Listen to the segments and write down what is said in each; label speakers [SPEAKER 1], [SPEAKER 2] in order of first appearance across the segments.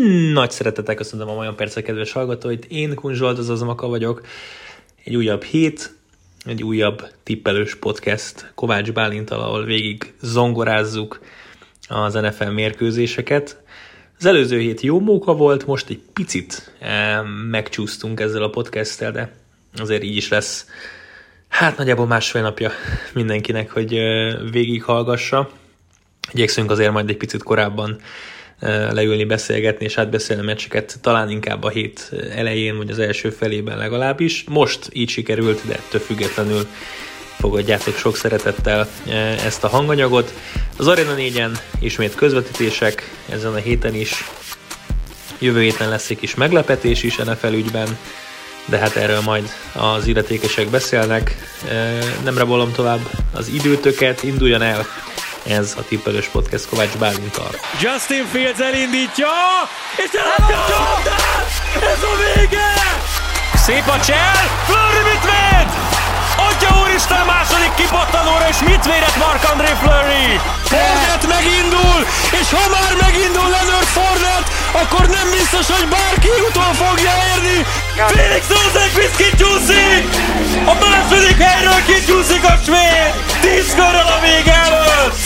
[SPEAKER 1] Nagy szeretettel köszöntöm a Majon Percek kedves hallgatóit. Én Kun Zsolt, azaz Maka vagyok. Egy újabb hét, egy újabb tippelős podcast Kovács Bálintal, ahol végig zongorázzuk az NFL mérkőzéseket. Az előző hét jó móka volt, most egy picit megcsúsztunk ezzel a podcasttel, de azért így is lesz. Hát nagyjából másfél napja mindenkinek, hogy végighallgassa. Igyekszünk azért majd egy picit korábban leülni, beszélgetni és átbeszélni a meccseket, talán inkább a hét elején, vagy az első felében legalábbis. Most így sikerült, de ettől függetlenül fogadjátok sok szeretettel ezt a hanganyagot. Az Arena 4-en ismét közvetítések, ezen a héten is. Jövő héten lesz egy kis meglepetés is NFL ügyben, de hát erről majd az illetékesek beszélnek. Nem rabolom tovább az időtöket, induljon el ez a tippelős podcast Kovács Bálintal.
[SPEAKER 2] Justin Fields elindítja, és elindítja, ez a vége! Szép a csel, Fleury mit véd? Atya úristen, második kipattanóra, és mit védett Marc-André Fleury? Fournette megindul, és ha már megindul Leonard Fournette, akkor nem biztos, hogy bárki utol fogja érni. Felix Rosenqvist kicsúszik! A második helyről kicsúszik a svéd! 10 körrel a vége előtt!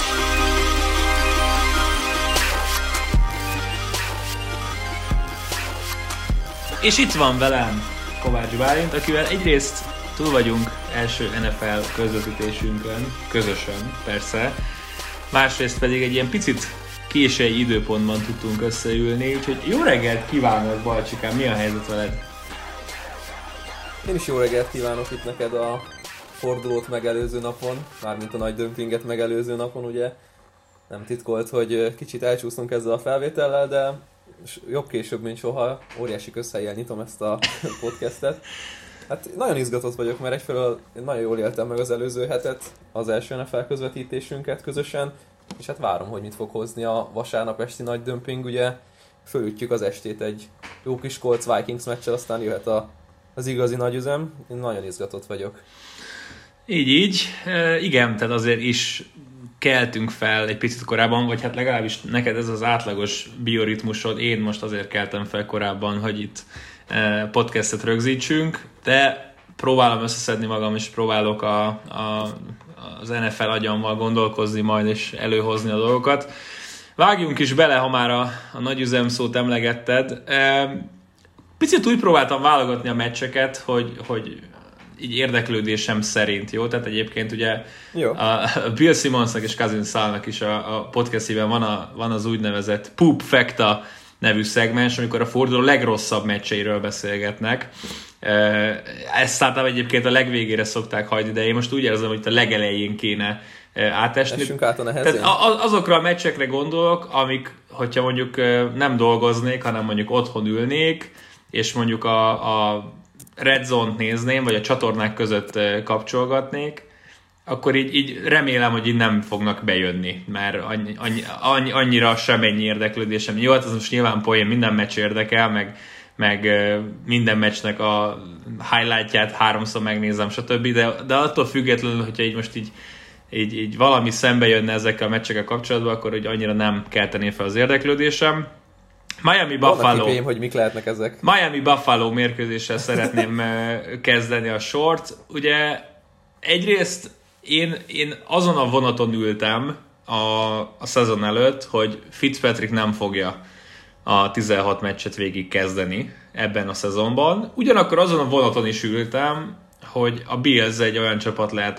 [SPEAKER 1] És itt van velem Kovács Bálint, akivel egyrészt túl vagyunk első NFL közvetítésünkön, közösen persze, másrészt pedig egy ilyen picit késői időpontban tudtunk összeülni, úgyhogy jó reggelt kívánok, Balcsikám, mi a helyzet veled?
[SPEAKER 3] Én is jó reggelt kívánok itt neked a fordulót megelőző napon, mármint a nagy dömpinget megelőző napon, ugye nem titkolt, hogy kicsit elcsúsztunk ezzel a felvétellel, de jobb később, mint soha, óriási közhelyen nyitom ezt a podcastet. Hát nagyon izgatott vagyok, mert egyfelől nagyon jól éltem meg az előző hetet, az első NFL közvetítésünket közösen, és hát várom, hogy mit fog hozni a vasárnap esti nagy dömping, ugye fölütjük az estét egy jó kis Colts-Vikings meccsel, aztán jöhet az igazi nagyüzem. Én nagyon izgatott vagyok.
[SPEAKER 1] Így, igen, tehát azért is keltünk fel egy picit korábban, vagy hát legalábbis neked ez az átlagos bioritmusod, én most azért keltem fel korábban, hogy itt podcastet rögzítsünk, de próbálom összeszedni magam, és próbálok az NFL agyammal gondolkozni majd, és előhozni a dolgokat. Vágjunk is bele, ha már a nagyüzem szót emlegetted. Picit úgy próbáltam válogatni a meccseket, hogy így érdeklődésem szerint, jó? Tehát egyébként ugye jó. A Bill Simmonsnak és Cousin Sal-nak is a podcastjében van az úgynevezett Poop Facta nevű szegmens, amikor a forduló legrosszabb meccseiről beszélgetnek. Ezt általában egyébként a legvégére szokták hagyni, de én most úgy érzem, hogy itt a legelején kéne átesni.
[SPEAKER 3] Essünk át a nehezén.
[SPEAKER 1] Tehát azokra a meccsekre gondolok, amik, hogyha mondjuk nem dolgoznék, hanem mondjuk otthon ülnék, és mondjuk a Red Zone-t nézném, vagy a csatornák között kapcsolgatnék, akkor így remélem, hogy így nem fognak bejönni, mert annyira semennyi érdeklődésem. Jó, hát az most nyilván poén, minden meccs érdekel, meg minden meccsnek a highlightját 3-szor megnézem, stb. De attól függetlenül, hogyha így most így valami szembe jönne ezekkel a meccsekkel kapcsolatban, akkor hogy annyira nem keltené fel az érdeklődésem. Miami Buffalo.
[SPEAKER 3] Képém, hogy mik lehetnek ezek.
[SPEAKER 1] Miami Buffalo mérkőzéssel szeretném kezdeni a sort. Ugye egyrészt én azon a vonaton ültem a szezon előtt, hogy Fitzpatrick nem fogja a 16 meccset végig kezdeni ebben a szezonban. Ugyanakkor azon a vonaton is ültem, hogy a Bills egy olyan csapat lehet,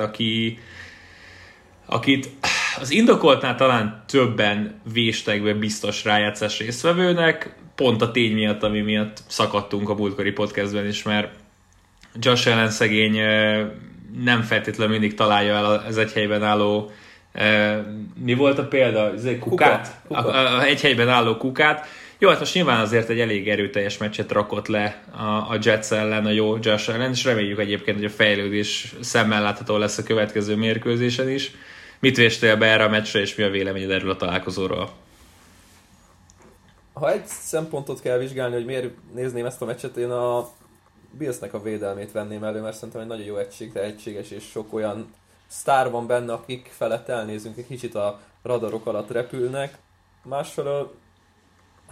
[SPEAKER 1] akit az indokoltnál talán többen véstek be biztos rájátszás résztvevőnek, pont a tény miatt, ami miatt szakadtunk a múltkori podcastben is, mert Josh Allen szegény nem feltétlenül mindig találja el az egy helyben álló mi volt a példa? Kukát? A egy helyben álló Kukát. Jó, hát most nyilván azért egy elég erőteljes meccset rakott le a Jets ellen, a jó Josh Allen, és reméljük egyébként, hogy a fejlődés szemmel látható lesz a következő mérkőzésen is. Mit véstél be erre a meccsre, és mi a véleményed erről a találkozóról?
[SPEAKER 3] Ha egy szempontot kell vizsgálni, hogy miért nézném ezt a meccset, én a Billsnek a védelmét venném elő, mert szerintem egy nagyon jó egység, tehetséges, és sok olyan sztár van benne, akik felett elnézünk, egy kicsit a radarok alatt repülnek. Másfelől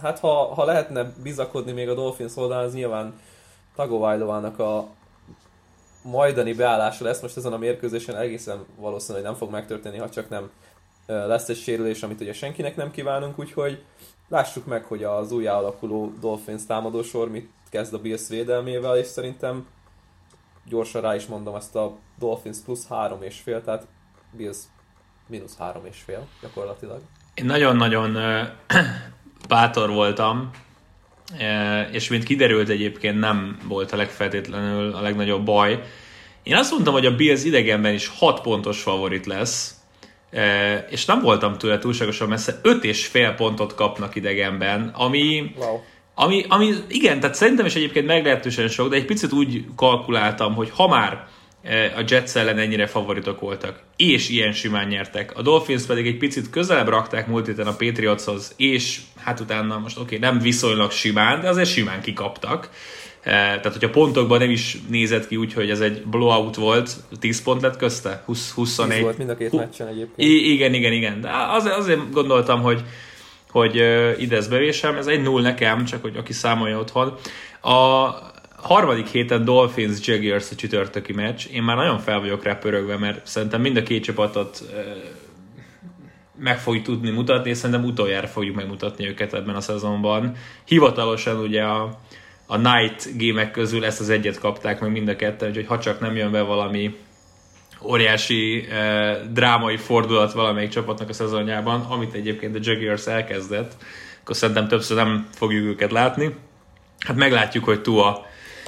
[SPEAKER 3] hát ha lehetne bizakodni még a Dolphins oldalán, az nyilván Tagovailoának a majdani beállása lesz. Most ezen a mérkőzésen egészen valószínű, hogy nem fog megtörténni, ha csak nem lesz egy sérülés, amit ugye senkinek nem kívánunk, úgyhogy lássuk meg, hogy az újjáalakuló Dolphins támadósor mit kezd a Bills védelmével, és szerintem gyorsan rá is mondom ezt a Dolphins plusz 3,5, tehát Bills mínusz 3,5 gyakorlatilag.
[SPEAKER 1] Én nagyon-nagyon bátor voltam, és mint kiderült egyébként nem volt a legfeltétlenül a legnagyobb baj. Én azt mondtam, hogy a Bills idegenben is 6 pontos favorit lesz, és nem voltam tőle túlságosan messze, 5,5 pontot kapnak idegenben, ami...
[SPEAKER 3] Wow.
[SPEAKER 1] Ami igen, tehát szerintem is egyébként meglehetősen sok, de egy picit úgy kalkuláltam, hogy ha már a Jets ellen ennyire favoritok voltak, és ilyen simán nyertek, a Dolphins pedig egy picit közelebb rakták múlt héten a Patriotshoz, és hát utána most oké, nem viszonylag simán, de azért simán kikaptak. Tehát, hogyha pontokban nem is nézett ki úgy, hogy ez egy blowout volt, 10 pont lett közte? 21.
[SPEAKER 3] 10 volt mind a két meccsen egyébként.
[SPEAKER 1] Igen. De azért gondoltam, hogy idéz bevésem, ez 1-0 nekem, csak hogy aki számolja otthon. A harmadik héten Dolphins Jaguars a csütörtöki meccs. Én már nagyon fel vagyok rá pörögve, mert szerintem mind a két csapatot meg fogjuk tudni mutatni, és szerintem utoljára fogjuk megmutatni őket ebben a szezonban. Hivatalosan ugye a night gémek közül ezt az egyet kapták meg mind a ketten, úgyhogy ha csak nem jön be valami óriási drámai fordulat valamelyik csapatnak a szezonjában, amit egyébként a Jaguars elkezdett, akkor szerintem többször nem fogjuk őket látni. Hát meglátjuk, hogy Tua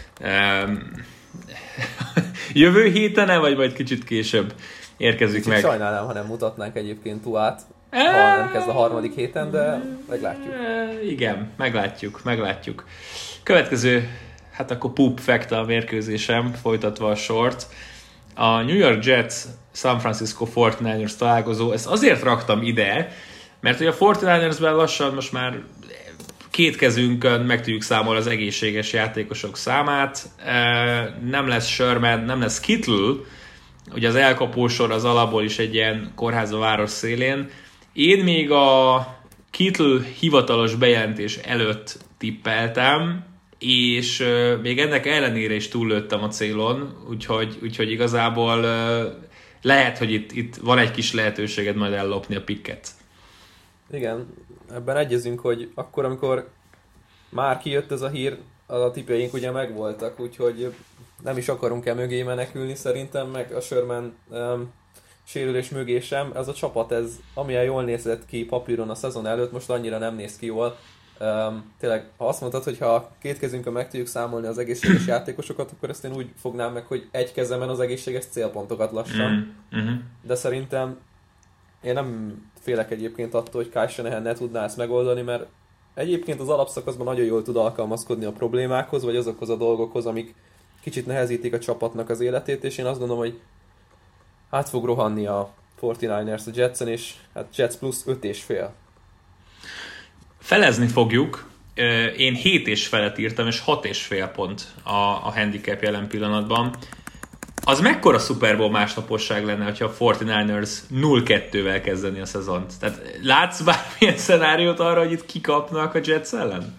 [SPEAKER 1] jövő héten vagy majd kicsit később érkezik
[SPEAKER 3] kicsit
[SPEAKER 1] meg.
[SPEAKER 3] Sajnálnám, ha nem mutatnánk egyébként Tuát, ha nem kezd a harmadik héten, de meglátjuk.
[SPEAKER 1] Igen, meglátjuk. Következő, hát akkor poop fact a mérkőzésem, folytatva a sort. A New York Jets San Francisco 49ers találkozó, ezt azért raktam ide, mert hogy a 49ersben lassan most már két kezünkön meg tudjuk számolni az egészséges játékosok számát. Nem lesz Sherman, nem lesz Kittle, ugye az elkapósor az alapból is egy ilyen kórház a város szélén. Én még a Kittle hivatalos bejelentés előtt tippeltem, és még ennek ellenére is túllőttem a célon, úgyhogy igazából lehet, hogy itt van egy kis lehetőséged majd ellopni a picket.
[SPEAKER 3] Igen, ebben egyezünk, hogy akkor, amikor már kijött ez a hír, a tippjeink ugye megvoltak, úgyhogy nem is akarunk mögé menekülni szerintem, meg a Sherman sérülés mögé sem. Ez a csapat, ez amilyen jól nézett ki papíron a szezon előtt, most annyira nem néz ki jól. Tényleg, ha azt mondtad, hogy ha két kezünkön meg tudjuk számolni az egészséges játékosokat, akkor ezt én úgy fognám meg, hogy egy kezemen az egészséges célpontokat lassan. De szerintem én nem félek egyébként attól, hogy Kyle Shanahan ne tudná ezt megoldani, mert egyébként az alapszakaszban nagyon jól tud alkalmazkodni a problémákhoz, vagy azokhoz a dolgokhoz, amik kicsit nehezítik a csapatnak az életét, és én azt gondolom, hogy át fog rohanni a 49ers a Jetsen, és hát Jets plusz 5,5.
[SPEAKER 1] Felezni fogjuk. Én 7,5 írtam, és 6,5 pont a handicap jelen pillanatban. Az mekkora Super Bowl másnaposság lenne, hogyha a 49ers 0-2-vel kezdeni a szezont? Tehát látsz bármilyen szenáriót arra, hogy itt kikapnak a Jets ellen?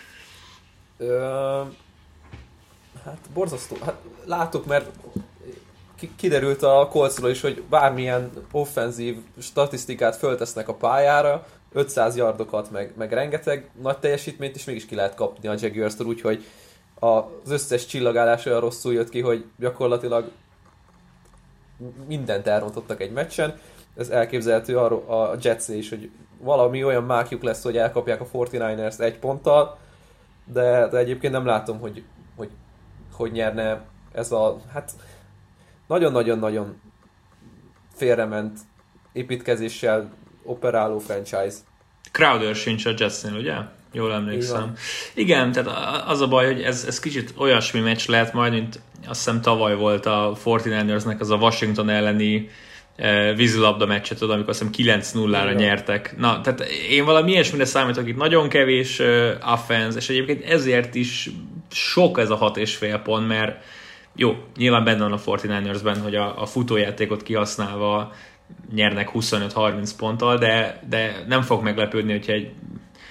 [SPEAKER 3] Hát borzasztó. Hát látok, mert kiderült a Coltsról is, hogy bármilyen offenzív statisztikát föltesznek a pályára, 500 yardokat, meg rengeteg nagy teljesítményt, és mégis ki lehet kapni a Jaguars-tól, úgyhogy az összes csillagálás olyan rosszul jött ki, hogy gyakorlatilag mindent elrontottak egy meccsen. Ez elképzelhető a Jetsnél is, hogy valami olyan mákjuk lesz, hogy elkapják a 49ers egy ponttal, de egyébként nem látom, hogy nyerne ez a hát nagyon-nagyon-nagyon félrement építkezéssel operáló franchise.
[SPEAKER 1] Crowder sincs a Jetsnél, ugye? Jól emlékszem. Igen, tehát az a baj, hogy ez kicsit olyasmi meccs lehet majd, mint azt hiszem tavaly volt a 49ersnek az a Washington elleni vízilabda meccset, amikor azt hiszem 9-0-ra nyertek. Na, tehát én valami ilyesmire számítok, itt nagyon kevés offense, és egyébként ezért is sok ez a 6,5 pont, mert jó, nyilván benne van a 49ersben, hogy a futójátékot kihasználva nyernek 25-30 ponttal, de nem fog meglepődni, hogyha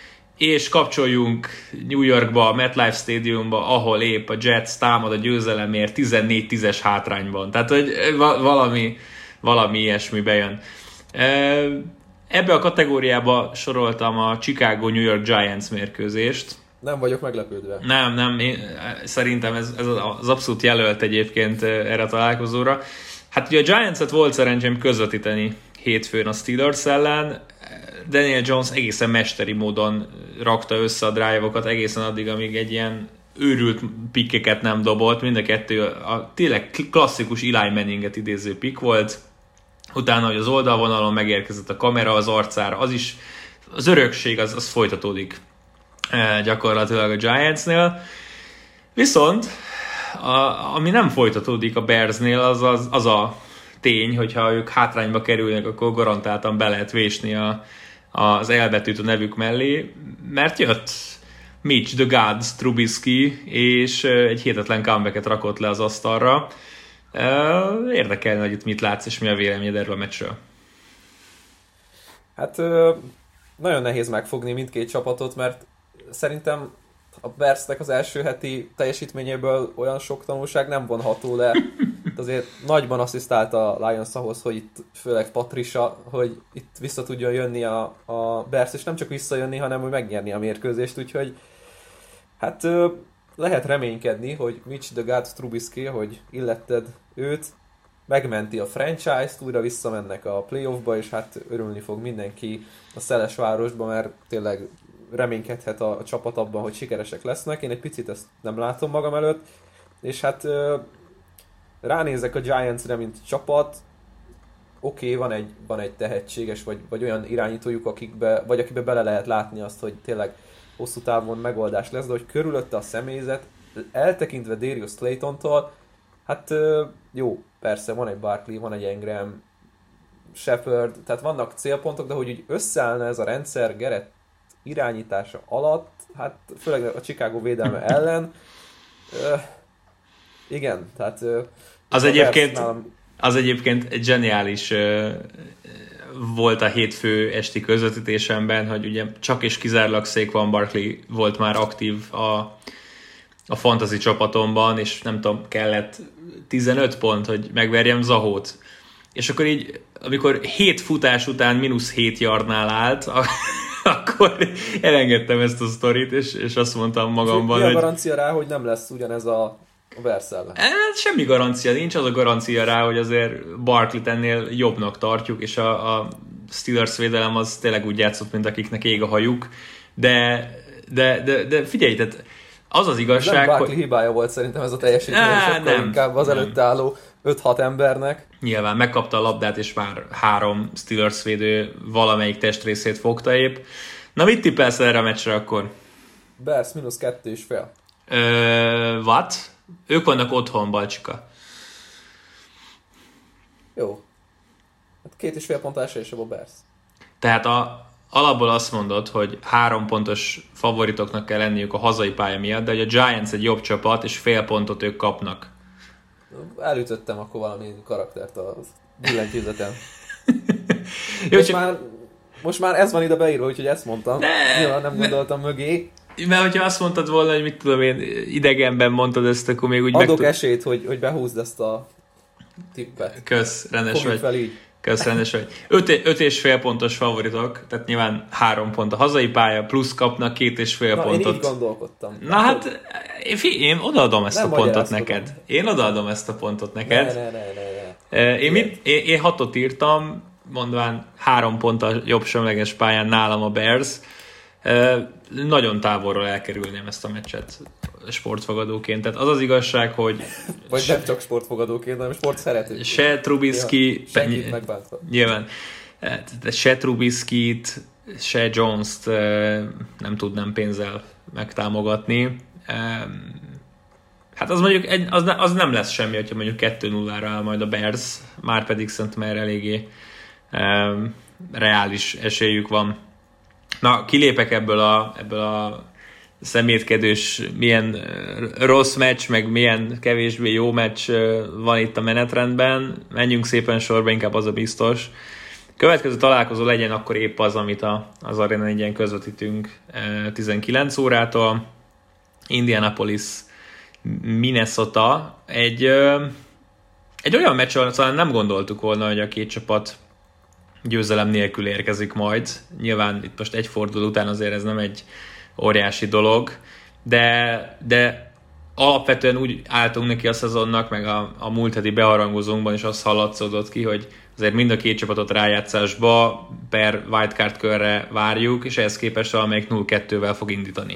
[SPEAKER 1] és kapcsoljunk New Yorkba, a MetLife Stadiumba, ahol épp a Jets támad a győzelemért 14-10-es hátrányban. Tehát, hogy valami ilyesmi bejön. Ebbe a kategóriába soroltam a Chicago-New York Giants mérkőzést.
[SPEAKER 3] Nem vagyok meglepődve.
[SPEAKER 1] Nem, szerintem ez az abszolút jelölt egyébként erre a találkozóra. Hát ugye a Giants-et volt szerencsém közvetíteni hétfőn a Steelers ellen. Daniel Jones egészen mesteri módon rakta össze a drive-okat egészen addig, amíg egy ilyen őrült pikkeket nem dobolt. Mind a kettő a tényleg klasszikus Eli Manninget idéző pick volt. Utána, hogy az oldalvonalon megérkezett a kamera az arcára, az örökség az folytatódik gyakorlatilag a Giantsnél. Viszont ami nem folytatódik a Bearsnél, az a tény, hogyha ők hátrányba kerülnek, akkor garantáltan be lehet vésni az elbetűt a nevük mellé, mert jött Mitch the Gods Trubisky, és egy hihetetlen comebacket rakott le az asztalra. Érdekelne, hogy itt mit látsz, és mi a véleményed erről a meccsről?
[SPEAKER 3] Hát nagyon nehéz megfogni mindkét csapatot, mert szerintem a Bearsnek az első heti teljesítményéből olyan sok tanulság nem vonható le. Azért nagyban asszisztált a Lions ahhoz, hogy itt főleg Patricia, hogy itt vissza tudjon jönni a Bears, és nem csak visszajönni, hanem hogy megnyerni a mérkőzést, úgyhogy hát lehet reménykedni, hogy Mitch the God Trubisky, hogy illetted őt, megmenti a franchise-t, újra visszamennek a playoffba, és hát örülni fog mindenki a Szelesvárosba, mert tényleg reménykedhet a csapat abban, hogy sikeresek lesznek. Én egy picit ezt nem látom magam előtt, és hát ránézek a Giantsre, mint csapat. Oké, van egy tehetséges, vagy olyan irányítójuk, akibe bele lehet látni azt, hogy tényleg hosszú távon megoldás lesz, de hogy körülötte a személyzet, eltekintve Darius Slaytontól, hát jó, persze van egy Barkley, van egy Engram, Shepard, tehát vannak célpontok, de hogy úgy összeállna ez a rendszer Garrett irányítása alatt, hát főleg a Chicago védelme ellen, igen, tehát
[SPEAKER 1] az egyébként egy zseniális volt a hétfő esti közvetítésemben, hogy ugye csak és kizárólag Saquon Barkley volt már aktív a fantasy csapatomban, és nem tudom, kellett 15 pont, hogy megverjem Zahót. És akkor így, amikor 7 futás után -7 yardnál állt, akkor elengedtem ezt a sztorit, és azt mondtam magamban,
[SPEAKER 3] hogy... Mi a garancia rá, hogy nem lesz ugyanez a Bears ellen?
[SPEAKER 1] Semmi garancia nincs, az a garancia rá, hogy azért Barkley-t ennél jobbnak tartjuk, és a Steelers védelem az tényleg úgy játszott, mint akiknek ég a hajuk, de figyelj, tehát az igazság,
[SPEAKER 3] nem Barkley hibája volt szerintem ez a teljesítmény, sokkal inkább az előtt álló 5-6 embernek.
[SPEAKER 1] Nyilván megkapta a labdát, és már 3 Steelers védő valamelyik testrészét fogta épp. Na, mit tippelsz erre a meccsre akkor?
[SPEAKER 3] Bears -2,5.
[SPEAKER 1] What? Ők vannak otthon, Balcsika.
[SPEAKER 3] Jó. Hát 2,5 pont esélyesebb a Bears.
[SPEAKER 1] Tehát alapból azt mondod, hogy 3 pontos favoritoknak kell lenniük a hazai pálya miatt, de hogy a Giants egy jobb csapat, és fél pontot ők kapnak.
[SPEAKER 3] Elütöttem akkor valami karaktert a billentyűzeten. Most már ez van ide beírva, úgyhogy ezt mondtam. Nyilván nem gondoltam mögé.
[SPEAKER 1] Mert hogyha azt mondtad volna, hogy mit tudom én, idegenben mondtad ezt, akkor még úgy
[SPEAKER 3] adok esélyt, hogy behúzd ezt a tippet.
[SPEAKER 1] Kösz, rendes vagy. Kösz, rendes vagy. 5,5 pontos favoritok, tehát nyilván 3 pont a hazai pálya, plusz kapnak 2,5 pontot.
[SPEAKER 3] Én így gondolkodtam.
[SPEAKER 1] Na hát, én odaadom ezt a pontot neked. Én odaadom ezt a pontot neked.
[SPEAKER 3] Ne.
[SPEAKER 1] Én 6-ot írtam, mondván 3 pont a jobb semleges pályán nálam a Bears. Nagyon távolról elkerülném ezt a meccset sportfogadóként. Tehát az igazság, hogy...
[SPEAKER 3] Vagy nem csak sportfogadóként, hanem sportszeretőként.
[SPEAKER 1] Se Trubisky...
[SPEAKER 3] Senkit megbántva.
[SPEAKER 1] Nyilván. Se Trubiskyt, se Jones-t nem tudnám pénzzel megtámogatni. Hát az mondjuk az nem lesz semmi, hogyha mondjuk 2-0-ra áll majd a Bears, már pedig szerintem erre eléggé reális esélyük van. Na, kilépek ebből a szemétkedős, milyen rossz meccs, meg milyen kevésbé jó meccs van itt a menetrendben. Menjünk szépen sorba, inkább az a biztos. Következő találkozó legyen akkor épp az, amit az Arena 4-en közvetítünk 19 órától. Indianapolis, Minnesota. Egy olyan meccs, ahol nem gondoltuk volna, hogy a két csapat győzelem nélkül érkezik majd. Nyilván itt most egy forduló után azért ez nem egy óriási dolog, de alapvetően úgy álltunk neki a szezonnak, meg a múlt heti beharangozónkban is az hallatszódott ki, hogy azért mind a két csapatot rájátszásba per wildcard körre várjuk, és ehhez képest valamelyik 0-2-vel fog indítani.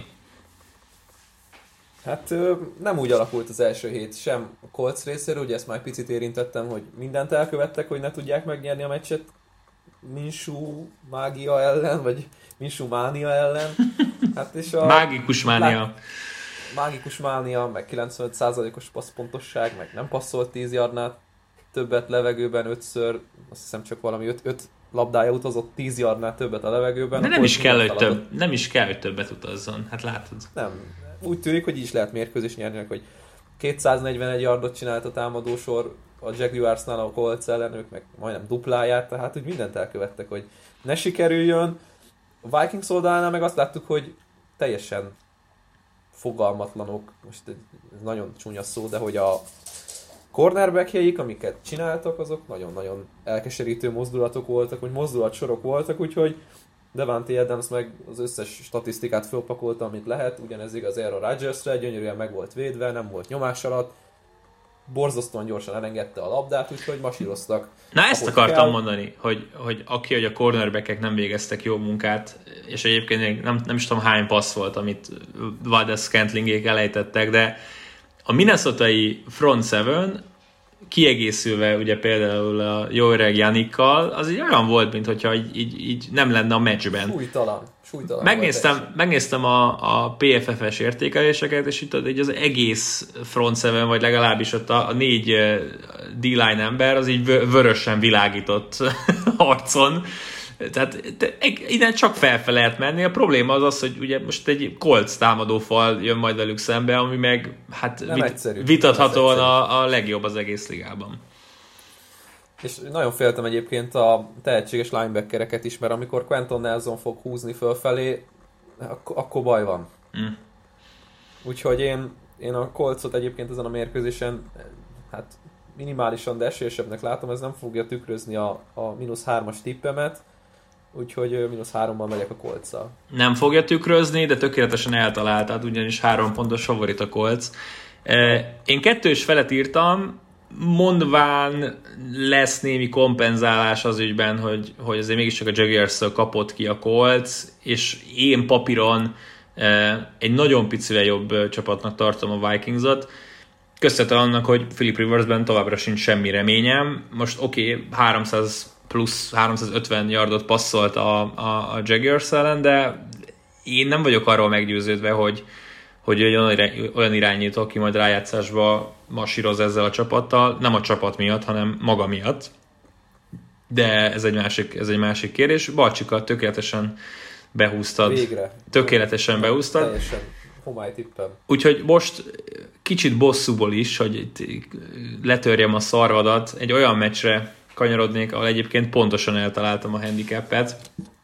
[SPEAKER 3] Hát nem úgy alakult az első hét sem a Colts részéről, ugye ezt már picit érintettem, hogy mindent elkövettek, hogy ne tudják megnyerni a meccset Minshew mágia ellen, vagy Minshew mánia ellen. Hát és
[SPEAKER 1] mágikus mánia.
[SPEAKER 3] Mágikus mánia, meg 95%-os passzpontosság, meg nem passzolt 10 yardnál többet levegőben 5-ször, azt hiszem csak valami 5 labdája utazott 10 yardnál többet a levegőben.
[SPEAKER 1] De nem is kell, hogy többet utazzon, hát látod.
[SPEAKER 3] Nem. Úgy tűnik, hogy így is lehet mérkőzés nyerni, hogy 241 yardot csinált a támadósor a Jaguarsnál a Colts ellen, ők meg majdnem dupláját, tehát úgy mindent elkövettek, hogy ne sikerüljön. A Vikings oldalánál meg azt láttuk, hogy teljesen fogalmatlanok, most ez nagyon csúnya szó, de hogy a cornerbackjeik, amiket csináltak, azok nagyon-nagyon elkeserítő mozdulatok voltak, hogy mozdulatsorok voltak, úgyhogy Davante Adams meg az összes statisztikát fölpakolta, amit lehet, ugyanez igaz Aaron Rodgersre, gyönyörűen meg volt védve, nem volt nyomás alatt, borzasztóan gyorsan elengedte a labdát, úgyhogy masíroztak.
[SPEAKER 1] Na ezt akartam mondani, hogy a cornerbackek nem végeztek jó munkát, és egyébként nem is tudom hány passz volt, amit Valdez-Scantlingék elejtettek, de a minnesotai front seven kiegészülve ugye például a jó öreg Janikkal, az így olyan volt, mintha így nem lenne a meccsben.
[SPEAKER 3] Súlytalan.
[SPEAKER 1] Megnéztem a PFF-es értékeléseket, és itt így az egész front seven, vagy legalábbis ott a 4 D-line ember, az így vörösen világított arcon. Tehát innen csak felfele lehet menni. A probléma az, hogy ugye most egy Colts támadófal jön majd velük szembe, ami meg hát vitathatóan a legjobb az egész ligában.
[SPEAKER 3] És nagyon féltem egyébként a tehetséges linebackereket is, mert amikor Quentin Nelson fog húzni fölfelé, akkor baj van. Úgyhogy én a Coltsot egyébként ezen a mérkőzésen hát minimálisan, de esélyesebbnek látom, ez nem fogja tükrözni a -3-as tippemet, úgyhogy -3-mal megyek a Coltszal.
[SPEAKER 1] Nem fogja tükrözni, de tökéletesen eltaláltad, ugyanis 3 pontos favorit a Colts. Én 2-s felet írtam, mondván lesz némi kompenzálás az ügyben, hogy azért mégiscsak a Jaguars-től kapott ki a Colts, és én papíron egy nagyon picivel jobb csapatnak tartom a Vikingsot, köszönhetően annak, hogy Philip Riversben továbbra sincs semmi reményem. Most 300 plusz 350 yardot passzolt a Jaguars ellen, de én nem vagyok arról meggyőződve, hogy olyan irányító, aki majd rájátszásba masíroz ezzel a csapattal, nem a csapat miatt, hanem maga miatt. De ez egy másik kérdés. Balcsika, tökéletesen behúztad.
[SPEAKER 3] Végre.
[SPEAKER 1] Tökéletesen behúztad.
[SPEAKER 3] Teljesen homály tippem.
[SPEAKER 1] Úgyhogy most kicsit bosszúból is, hogy letörjem a szarvadat, egy olyan meccsre kanyarodnék, ahol egyébként pontosan eltaláltam a handicapet.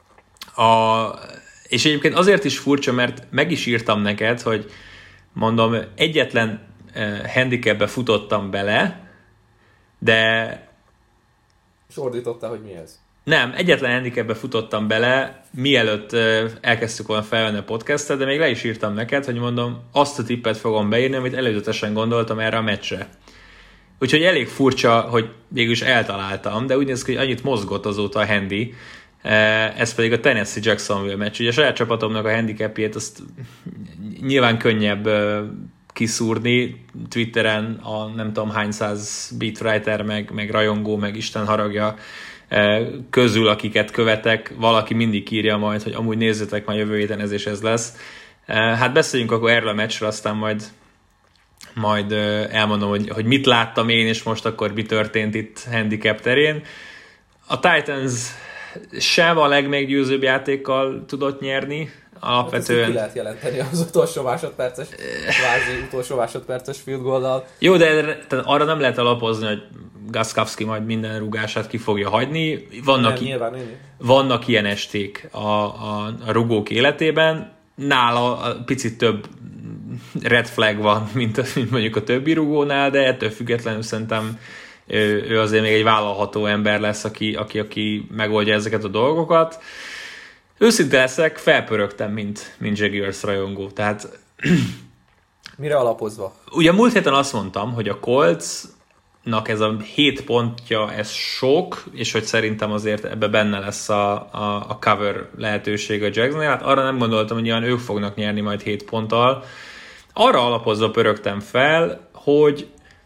[SPEAKER 1] És egyébként azért is furcsa, mert meg is írtam neked, hogy mondom, egyetlen handicapbe futottam bele, de...
[SPEAKER 3] És ordítottál, hogy mi ez?
[SPEAKER 1] Nem, egyetlen handicapbe futottam bele, mielőtt elkezdtük volna felvenni a podcastet, de még le is írtam neked, hogy mondom, azt a tippet fogom beírni, amit előzetesen gondoltam erre a meccsre. Úgyhogy elég furcsa, hogy végül is eltaláltam, de úgy néz ki, hogy annyit mozgott azóta a handi, ez pedig a Tennessee Jacksonville meccs. Ugye a saját csapatomnak a handicapjét azt nyilván könnyebb kiszúrni. Twitteren a nem tudom hány száz beatwriter, meg rajongó, meg Isten haragja közül, akiket követek, valaki mindig írja majd, hogy amúgy nézzétek már jövő héten ez és ez lesz. Hát beszéljünk akkor erről a meccsről, aztán majd elmondom, hogy mit láttam én, és most akkor mi történt itt handicap terén. A Titans sem a legmeggyőzőbb játékkal tudott nyerni alapvetően...
[SPEAKER 3] Hát ki lehet jelenteni az utolsó másodperces, kvázi utolsó másodperces field goal-dal.
[SPEAKER 1] Jó, de arra nem lehet alapozni, hogy Gostkowski majd minden rugását ki fogja hagyni. Vannak ilyen esték a rugók életében. Nála picit több red flag van, mint mondjuk a többi rugónál, de ettől függetlenül szerintem ő azért még egy vállalható ember lesz, aki megoldja ezeket a dolgokat. Őszinte leszek, felpörögtem, mint Jaguars rajongó. Tehát...
[SPEAKER 3] Mire alapozva?
[SPEAKER 1] Ugye múlt héten azt mondtam, hogy a Coltsnak ez a 7 pontja, ez sok, és hogy szerintem azért ebbe benne lesz a cover lehetőség a Jacksonnél. Hát arra nem gondoltam, hogy ők fognak nyerni majd 7 ponttal. Arra alapozva pörögtem fel, hogy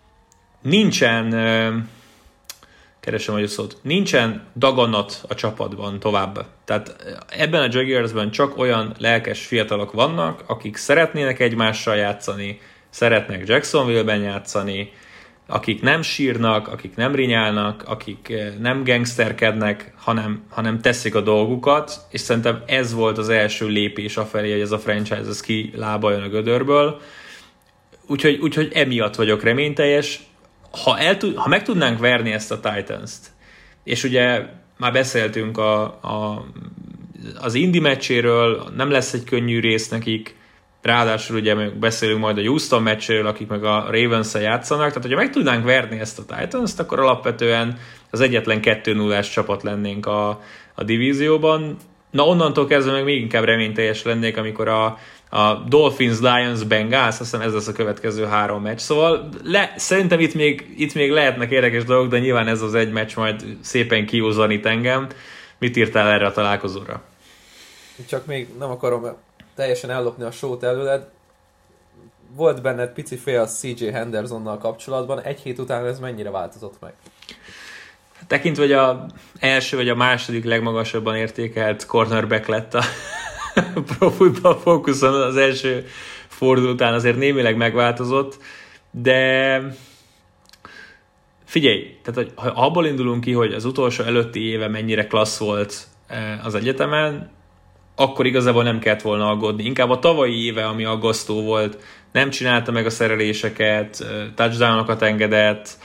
[SPEAKER 1] nincsen daganat a csapatban tovább. Tehát ebben a Jaguarsben csak olyan lelkes fiatalok vannak, akik szeretnének egymással játszani, szeretnek Jacksonville-ben játszani, akik nem sírnak, akik nem rinyálnak, akik nem gangsterkednek, hanem teszik a dolgukat, és szerintem ez volt az első lépés afelé, hogy ez a franchise ez kilábaljon a gödörből. Úgyhogy emiatt vagyok reményteljes. Ha meg tudnánk verni ezt a Titans-t, és ugye már beszéltünk az Indy meccséről, nem lesz egy könnyű rész nekik, ráadásul ugye beszélünk majd a Houston meccséről, akik meg a Ravens-szel játszanak, tehát hogyha meg tudnánk verni ezt a Titans-t, akkor alapvetően az egyetlen 2-0-ás csapat lennénk a divízióban. Na onnantól kezdve meg még inkább reményteljes lennék, amikor a Dolphins, Lions, Bengals, azt hiszem ez lesz a következő 3 meccs. Szóval szerintem itt még lehetnek érdekes dolgok, de nyilván ez az egy meccs majd szépen kiúzanít engem. Mit írtál erre a találkozóra?
[SPEAKER 3] Csak még nem akarom teljesen ellopni a sót előled. Volt benned pici fél CJ Hendersonnal kapcsolatban. Egy hét után ez mennyire változott meg?
[SPEAKER 1] Tekintve, hogy az első vagy a második legmagasabban értékelt cornerback lett a Pro Football Focuson az első forduló után, azért némileg megváltozott, de figyelj, tehát ha abból indulunk ki, hogy az utolsó előtti éve mennyire klassz volt az egyetemen, akkor igazából nem kellett volna aggódni. Inkább a tavalyi éve, ami aggasztó volt, nem csinálta meg a szereléseket, touchdownokat engedett,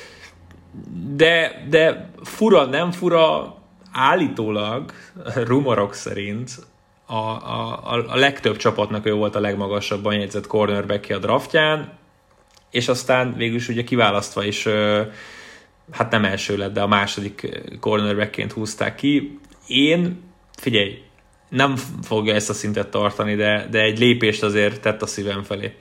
[SPEAKER 1] de fura, nem fura, állítólag, rumorok szerint a legtöbb csapatnak ő volt a legmagasabban jegyzett cornerback-je a draftján, és aztán végülis ugye kiválasztva is, hát nem első lett, de a második cornerbackként húzták ki. Figyelj, nem fogja ezt a szintet tartani, de egy lépést azért tett a szívem felé.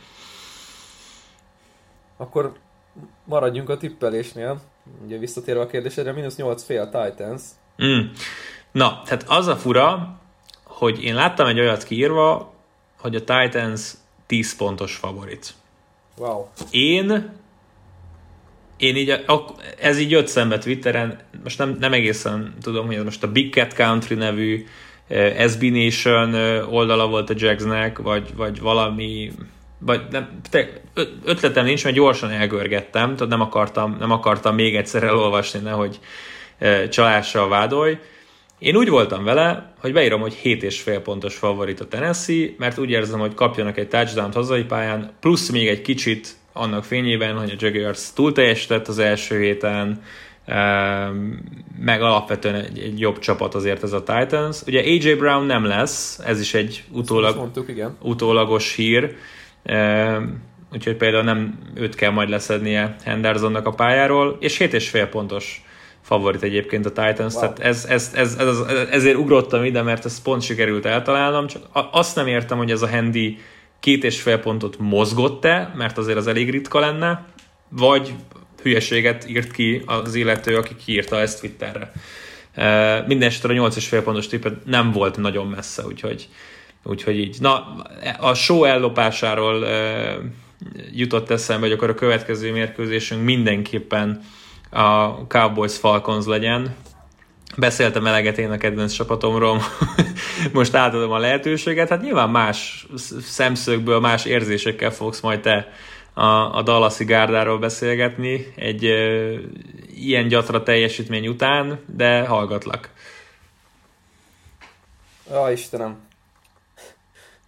[SPEAKER 3] Akkor maradjunk a tippelésnél. Ugye visszatérve a kérdésedre, -8,5 Titans.
[SPEAKER 1] Na, tehát az a fura, hogy én láttam egy olyat kiírva, hogy a Titans 10 pontos favorit.
[SPEAKER 3] Wow.
[SPEAKER 1] Én így, ez így jött szembe Twitteren, most nem egészen tudom, hogy ez most a Big Cat Country nevű SB Nation oldala volt a Jagsnek, vagy valami, vagy nem, ötletem nincs, mert gyorsan elgörgettem, tehát nem akartam még egyszer elolvasni, nehogy csalással vádolj. Én úgy voltam vele, hogy beírom, hogy 7,5 pontos favorit a Tennessee, mert úgy érzem, hogy kapjanak egy touchdown-t hazai pályán, plusz még egy kicsit annak fényében, hogy a Jaguars túl teljesített az első héten, meg alapvetően egy jobb csapat azért ez a Titans. Ugye AJ Brown nem lesz, ez is egy utólagos hír, úgyhogy például nem őt kell majd leszednie Hendersonnak a pályáról, és 7,5 pontos favorit egyébként a Titans, wow. Tehát ezért ugrottam ide, mert ezt pont sikerült eltalálnom, csak azt nem értem, hogy ez a Handy 2,5 pontot mozgott-e, mert azért az elég ritka lenne, vagy hülyeséget írt ki az illető, aki kiírta ezt Twitterre. Mindenesetre a 8,5 pontos tippet nem volt nagyon messze, úgyhogy így. Na, a show ellopásáról jutott eszembe, hogy akkor a következő mérkőzésünk mindenképpen a Cowboys Falcons legyen. Beszéltem eleget én a kedvenc csapatomról, most átadom a lehetőséget. Hát nyilván más szemszögből, más érzésekkel fogsz majd te a Dallasi gárdáról beszélgetni egy ilyen gyatra teljesítmény után, de hallgatlak.
[SPEAKER 3] Istenem.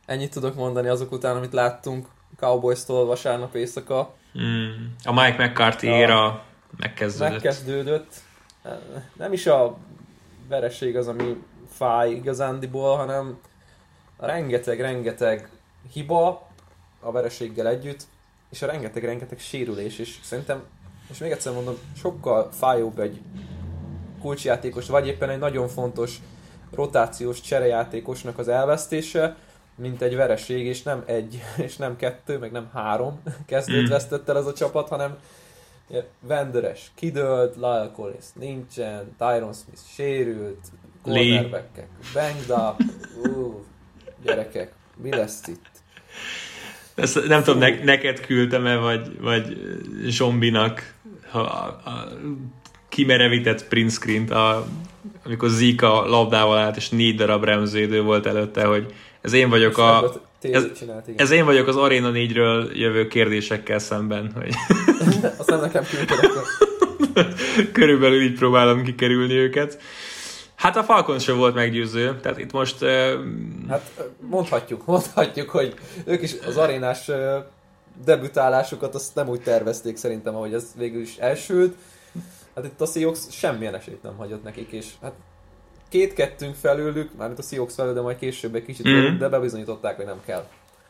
[SPEAKER 3] Ennyit tudok mondani azok után, amit láttunk Cowboys-tól vasárnap éjszaka.
[SPEAKER 1] A Mike McCarthy éra
[SPEAKER 3] megkezdődött. Nem is a vereség az, ami fáj igazándiból, hanem a rengeteg hiba a vereséggel együtt, és a rengeteg sérülés, és szerintem, és még egyszer mondom, sokkal fájóbb egy kulcsjátékos, vagy éppen egy nagyon fontos rotációs cserejátékosnak az elvesztése, mint egy vereség, és nem egy, és nem kettő, meg nem 3 kezdőt vesztett el ez a csapat, hanem Venderes kidőlt, Lyle Collins nincsen, Tyron Smith sérült, cornerbackek banged up, gyerekek, mi lesz itt?
[SPEAKER 1] Ezt nem tudom, neked küldtem-e, vagy Zsombinak a kimerevített print screen-t, amikor Zika labdával állt, és 4 darab Ramsey-idő volt előtte, hogy ez én vagyok ez én vagyok az Arena 4-ről jövő kérdésekkel szemben. Hogy
[SPEAKER 3] azt nem nekem küldted akkor.
[SPEAKER 1] Körülbelül így próbálom kikerülni őket. Hát a Falcons sem volt meggyőző, tehát itt most...
[SPEAKER 3] Hát mondhatjuk, hogy ők is az arénás debütálásukat azt nem úgy tervezték szerintem, ahogy ez végül is elsült. Hát itt a Seahawks semmilyen esélyt nem hagyott nekik, és hát 2-2 felőlük, mármint a Seahawks felül, de majd később egy kicsit, de bebizonyították, hogy nem kell.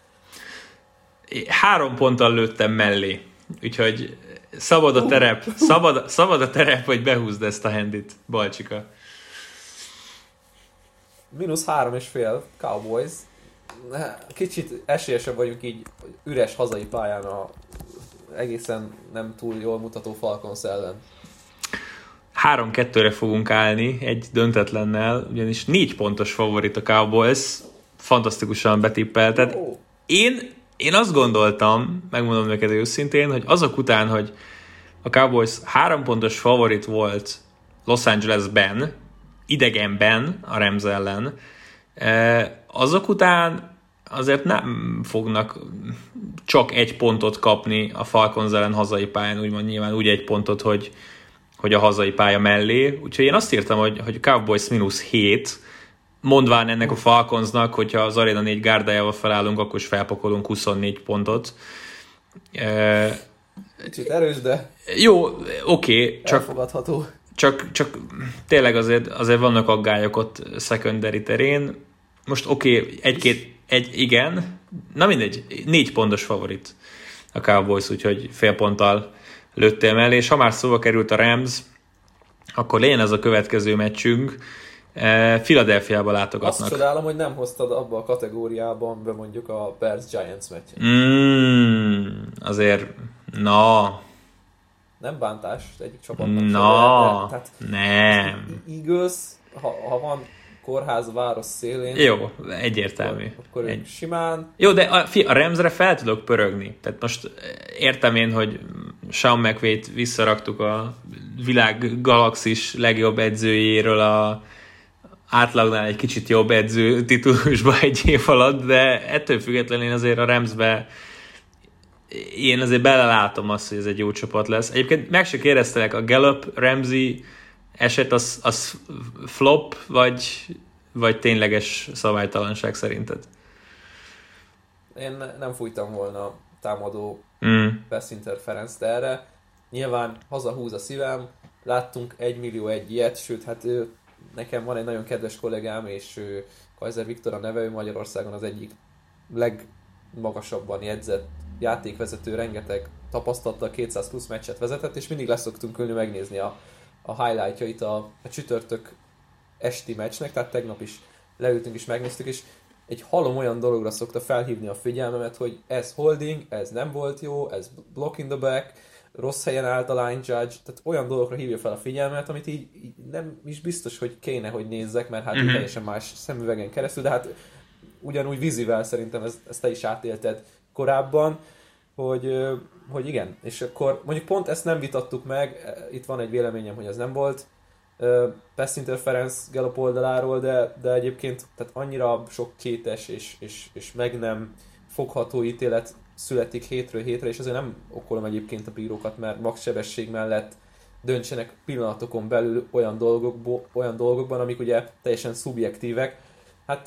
[SPEAKER 1] 3 ponttal lőttem mellé, úgyhogy szabad a terep, hogy behúzd ezt a handit, Balcsika.
[SPEAKER 3] -3,5 Cowboys. Kicsit esélyesebb vagyunk így üres hazai pályán a egészen nem túl jól mutató Falcons ellen.
[SPEAKER 1] 3-2-re fogunk állni, egy döntetlennel, ugyanis 4 pontos favorit a Cowboys, fantasztikusan betippelted. Én azt gondoltam, megmondom neked őszintén, hogy azok után, hogy a Cowboys 3 pontos favorit volt Los Angelesben, idegenben a Rams ellen, azok után azért nem fognak csak 1 pontot kapni a Falcons ellen hazai pályán, úgymond nyilván úgy 1 pontot, hogy a hazai pálya mellé. Úgyhogy én azt írtam, hogy Cowboys -7, mondván ennek a Falconsnak, hogyha az Arena 4 gárdájával felállunk, akkor is felpakolunk 24 pontot.
[SPEAKER 3] Kicsit erős, de
[SPEAKER 1] jó, oké,
[SPEAKER 3] elfogadható.
[SPEAKER 1] Csak tényleg azért vannak aggályok ott secondary terén. Most igen, na mindegy, 4 pontos favorit a Cowboys, úgyhogy fél ponttal lőttél mellé, és ha már szóba került a Rams, akkor legyen ez a következő meccsünk. Philadelphiába látogatnak.
[SPEAKER 3] Azt csodálom, hogy nem hoztad abba a kategóriában be mondjuk a Bears-Giants meccset.
[SPEAKER 1] Azért,
[SPEAKER 3] nem bántás egyik csapatnak.
[SPEAKER 1] Tehát nem.
[SPEAKER 3] Eagles, ha van kórház város szélén.
[SPEAKER 1] Jó, egyértelmű.
[SPEAKER 3] Akkor simán.
[SPEAKER 1] Jó, de a Ramsre fel tudok pörögni. Tehát most értem én, hogy Sean McVay-t visszaraktuk a világ galaxis legjobb edzőjéről a átlagnál egy kicsit jobb edző titulusba egy év alatt, de ettől függetlenül én azért a Ramsbe én azért belelátom azt, hogy ez egy jó csapat lesz. Egyébként meg se kérdeztelek, a Gallup-Ramsey eset az flop, vagy tényleges szabálytalanság szerinted?
[SPEAKER 3] Én nem fújtam volna támadó pass interference, de erre nyilván hazahúz a szívem, láttunk 1 millió ilyet, sőt, hát nekem van egy nagyon kedves kollégám, és Kaiser Viktor a neve, ő Magyarországon az egyik legmagasabban jegyzett játékvezető, rengeteg tapasztalattal 200 plusz meccset vezetett, és mindig leszoktunk ülni megnézni a highlightjait a csütörtök esti meccsnek, tehát tegnap is leültünk és megnéztük, és egy halom olyan dologra szokta felhívni a figyelmemet, hogy ez holding, ez nem volt jó, ez block in the back, rossz helyen állt a line judge, tehát olyan dolgokra hívja fel a figyelmet, amit így nem is biztos, hogy kéne, hogy nézzek, mert hát teljesen más szemüvegen keresztül, de hát ugyanúgy vízivel szerintem ezt te is átélted korábban, hogy igen, és akkor mondjuk pont ezt nem vitattuk meg, itt van egy véleményem, hogy ez nem volt pass interference Gallup oldaláról, de egyébként tehát annyira sok kétes és meg nem fogható ítélet születik hétről hétre, és azért nem okolom egyébként a bírókat, mert max sebesség mellett döntsenek pillanatokon belül olyan dolgokban, amik ugye teljesen szubjektívek. Hát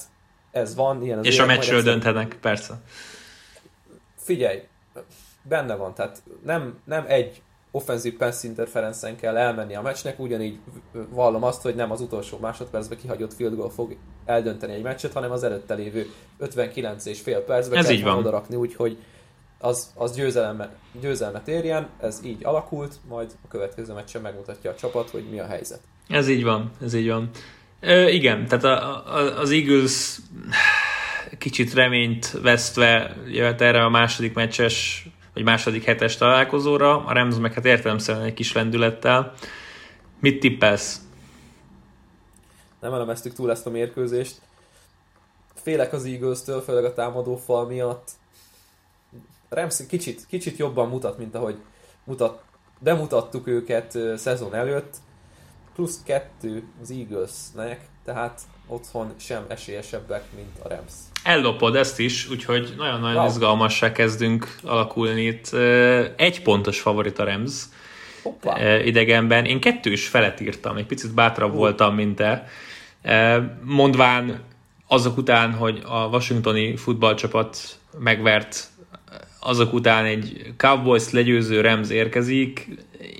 [SPEAKER 3] ez van, ilyen az
[SPEAKER 1] és
[SPEAKER 3] élet,
[SPEAKER 1] a meccsről dönthenek, persze.
[SPEAKER 3] Figyelj, benne van, tehát nem egy offenzív pass interferencen kell elmenni a meccsnek, ugyanígy vallom azt, hogy nem az utolsó másodpercben kihagyott field goal fog eldönteni egy meccset, hanem az előtte lévő 59,5 percben
[SPEAKER 1] ez
[SPEAKER 3] kell odarakni, úgyhogy az győzelmet érjen, ez így alakult, majd a következő meccsen megmutatja a csapat, hogy mi a helyzet.
[SPEAKER 1] Ez így van. Igen, tehát az Eagles kicsit reményt vesztve jöhet erre a második meccses, vagy második hetes találkozóra, a Rams meg hát értelemszerűen egy kis lendülettel. Mit tippelsz?
[SPEAKER 3] Nem elemeztük túl ezt a mérkőzést. Félek az Eagles-től, főleg a támadófal miatt. Rams kicsit jobban mutat, mint ahogy bemutattuk őket szezon előtt. Plusz 2 az Eaglesnek, tehát otthon sem esélyesebbek, mint a Rams.
[SPEAKER 1] Ellopod ezt is, úgyhogy nagyon-nagyon izgalmassá kezdünk alakulni itt. 1 pontos favorit a Rams idegenben. Én 2 felett írtam, egy picit bátrabb voltam, mint te. Mondván azok után, hogy a washingtoni futballcsapat megvert, azok után egy Cowboys legyőző Rams érkezik.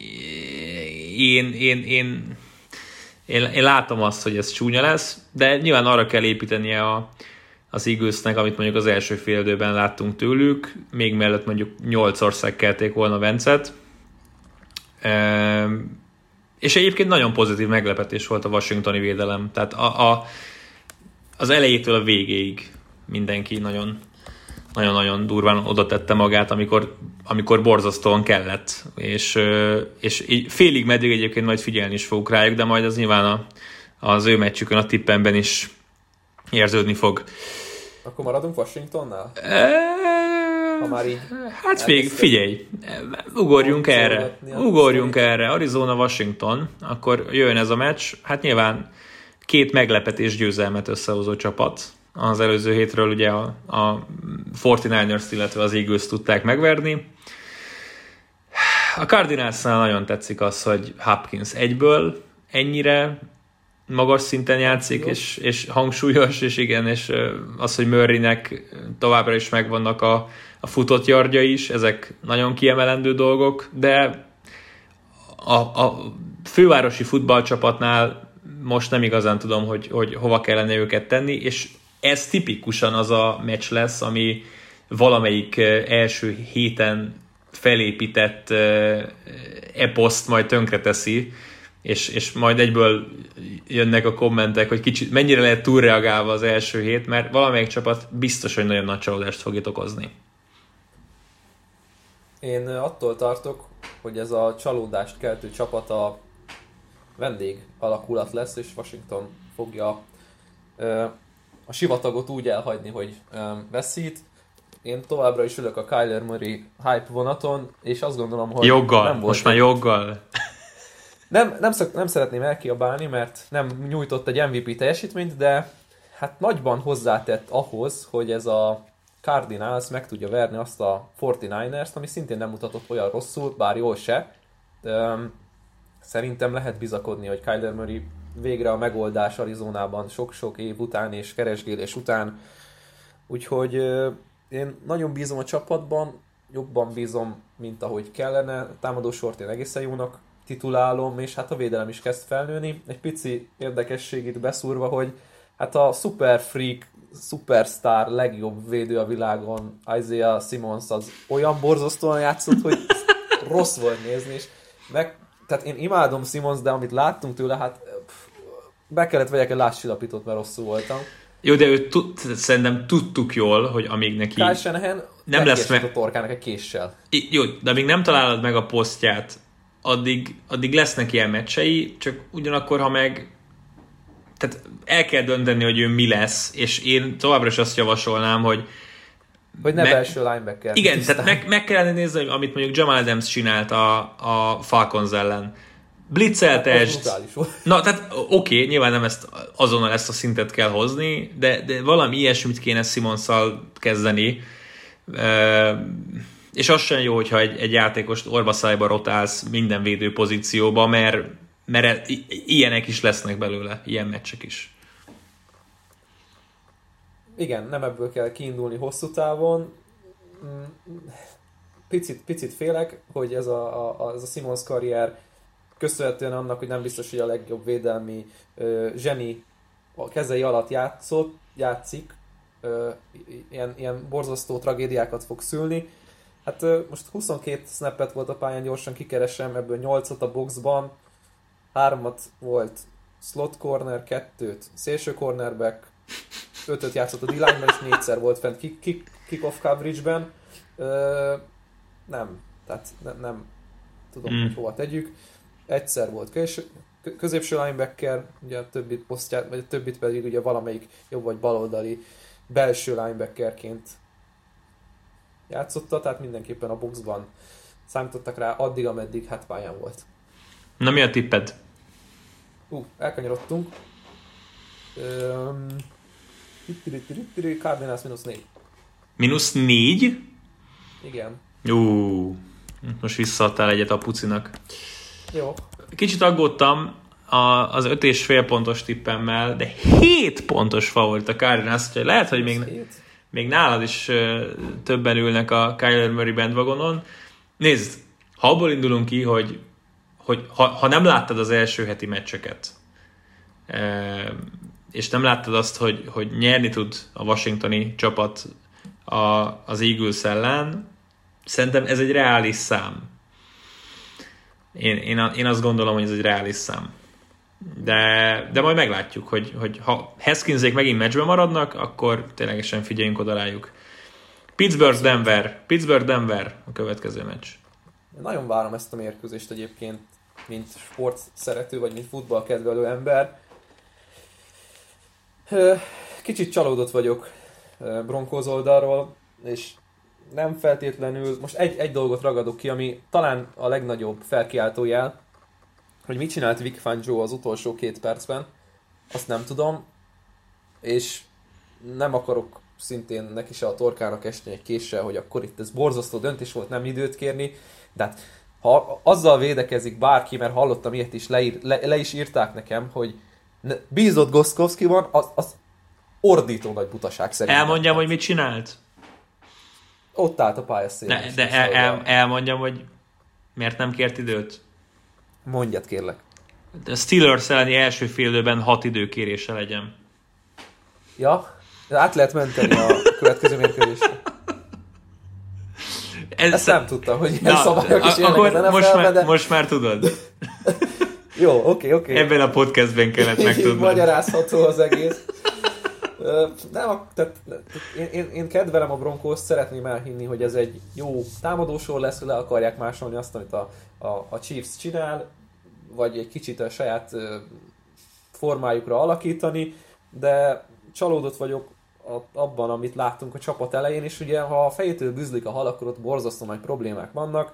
[SPEAKER 1] Én látom azt, hogy ez csúnya lesz, de nyilván arra kell építenie az Eaglesnek, amit mondjuk az első fél időben láttunk tőlük, még mellett mondjuk 8-szor szekkelték volna Vencet. És egyébként nagyon pozitív meglepetés volt a washingtoni védelem. Tehát az elejétől a végéig mindenki nagyon-nagyon durván oda tette magát, amikor borzasztóan kellett. És így félig meddig egyébként majd figyelni is fogok rájuk, de majd az nyilván az ő meccsükön, a tippemben is érződni fog.
[SPEAKER 3] Akkor maradunk Washingtonnál? Ha már így
[SPEAKER 1] hát figyelj, ugorjunk erre. Arizona-Washington, akkor jöjjön ez a meccs. Hát nyilván 2 meglepetés győzelmet összehozó csapat. Az előző hétről ugye a 49ers, illetve az Eagles tudták megverni. A Cardinalsnál nagyon tetszik az, hogy Hopkins egyből ennyire magas szinten játszik, és hangsúlyos, és igen, és az, hogy Murraynek továbbra is megvannak a futott yardja is, ezek nagyon kiemelendő dolgok, de a fővárosi futballcsapatnál most nem igazán tudom, hogy hova kellene őket tenni, és ez tipikusan az a meccs lesz, ami valamelyik első héten felépített eposzt majd tönkreteszi, és majd egyből jönnek a kommentek, hogy kicsit mennyire lehet túlreagálva az első hét, mert valamelyik csapat biztos, hogy nagyon nagy csalódást fog itt okozni.
[SPEAKER 3] Én attól tartok, hogy ez a csalódást keltő csapat a vendég alakulat lesz, és Washington fogja a sivatagot úgy elhagyni, hogy veszít. Én továbbra is ülök a Kyler Murray hype vonaton, és azt gondolom, hogy
[SPEAKER 1] joggal,
[SPEAKER 3] nem volt
[SPEAKER 1] most már joggal.
[SPEAKER 3] Nem szeretném elkiabálni, mert nem nyújtott egy MVP teljesítményt, de hát nagyban hozzátett ahhoz, hogy ez a Cardinals meg tudja verni azt a 49ers-t, ami szintén nem mutatott olyan rosszul, bár jól se. Szerintem lehet bizakodni, hogy Kyler Murray végre a megoldás Arizonában sok-sok év után és keresgélés után. Úgyhogy én nagyon bízom a csapatban, jobban bízom, mint ahogy kellene. A támadósort én egészen jónak titulálom, és hát a védelem is kezd felnőni. Egy pici érdekesség itt beszúrva, hogy hát a super freak, superstar, legjobb védő a világon, Isaiah Simmons az olyan borzasztóan játszott, hogy rossz volt nézni, és tehát én imádom Simmons, de amit láttunk tőle, hát be kellett vegyek egy lássillapítót, mert rosszul voltam.
[SPEAKER 1] Jó, de szerintem tudtuk jól, hogy amíg neki
[SPEAKER 3] Kyle Shanahan
[SPEAKER 1] nem lesz
[SPEAKER 3] meg a torkának egy késsel.
[SPEAKER 1] Jó, de amíg nem találod meg a posztját, addig lesznek ilyen meccsei, csak ugyanakkor, ha meg tehát el kell dönteni, hogy ő mi lesz, és én továbbra is azt javasolnám, hogy
[SPEAKER 3] ne belső linebacker.
[SPEAKER 1] Igen, tehát meg kellene nézni, hogy amit mondjuk Jamal Adams csinált a Falcons ellen. Blitzeltest. Na, tehát oké, nyilván nem azonnal ezt a szintet kell hozni, de valami ilyesmit kéne Simonsszal kezdeni. És az sem jó, hogyha egy játékost orvaszájba rotálsz minden védő pozícióba, mert ilyenek is lesznek belőle, ilyen meccsek is.
[SPEAKER 3] igen, nem ebből kell kiindulni hosszú távon. Picit félek, hogy ez a Simmons karrier köszönhetően annak, hogy nem biztos, hogy a legjobb védelmi zseni a kezei alatt játszik, ilyen borzasztó tragédiákat fog szülni. Hát most 22 snappet volt a pályán, gyorsan kikeresem, ebből 8-at a boxban, 3-at volt slot corner, 2-t szélső cornerback, 5-öt játszott a D-line-ben, és 4-szer volt fent kick-off coverage-ben. Nem tudom, hogy hova tegyük. Egyszer volt középső linebacker, ugye a többi posztját, vagy a többit pedig ugye valamelyik jobb vagy baloldali belső linebackerként játszotta, tehát mindenképpen a boxban számítottak rá addig, ameddig hát pályán volt.
[SPEAKER 1] Na mi a tipped?
[SPEAKER 3] Elkanyarodtunk. Cardinals -4.
[SPEAKER 1] -4?
[SPEAKER 3] Igen.
[SPEAKER 1] Most visszaadtál egyet a pucinak.
[SPEAKER 3] Jó.
[SPEAKER 1] Kicsit aggódtam az 5,5 pontos tippemmel, de 7 pontos favorit a Cardinals, úgyhogy lehet, hogy még nálad is többen ülnek a Kyler Murray bandwagonon. Nézd, ha abból indulunk ki, hogy ha nem láttad az első heti meccseket, és nem láttad azt, hogy nyerni tud a washingtoni csapat az Eagles ellen, szerintem ez egy reális szám. Én azt gondolom, hogy ez egy reális szám. De majd meglátjuk, hogy ha Haskinsék megint meccsben maradnak, akkor ténylegesen figyeljünk oda rájuk. Pittsburgh-Denver a következő meccs.
[SPEAKER 3] Én nagyon várom ezt a mérkőzést egyébként, mint sport szerető, vagy mint futball kedvelő ember. Kicsit csalódott vagyok Broncos oldalról, és nem feltétlenül, most egy dolgot ragadok ki, ami talán a legnagyobb felkiáltójel, hogy mit csinált Vic Fangio az utolsó 2 percben, azt nem tudom, és nem akarok szintén neki se a torkának esni egy késsel, hogy akkor itt ez borzasztó döntés volt, nem időt kérni, de hát, ha azzal védekezik bárki, mert hallottam ilyet is, le is írták nekem, hogy bízott Gostkowskiban, az ordító nagy butaság szerint.
[SPEAKER 1] Elmondjam, hogy mit csinált?
[SPEAKER 3] Ott állt a pályaszélén.
[SPEAKER 1] De elmondjam, hogy miért nem kért időt?
[SPEAKER 3] Mondjad, kérlek.
[SPEAKER 1] A Steelers elleni első fél időben 6 időkérése legyen.
[SPEAKER 3] Ja? Át lehet menteni a következő mérkőzésre. Ezt nem tudtam, hogy ilyen szabályok is élnek az NFL-ben, de...
[SPEAKER 1] most már tudod.
[SPEAKER 3] Jó, oké.
[SPEAKER 1] Ebben a podcastben kellett megtudnod.
[SPEAKER 3] Magyarázható az egész. Én kedvelem a Broncos, szeretném elhinni, hogy ez egy jó támadósor lesz, le akarják másolni azt, amit a Chiefs csinál, vagy egy kicsit a saját formájukra alakítani, de csalódott vagyok abban, amit láttunk a csapat elején, és ugye ha a fejétől bűzlik a hal, akkor ott borzasztó nagy problémák vannak.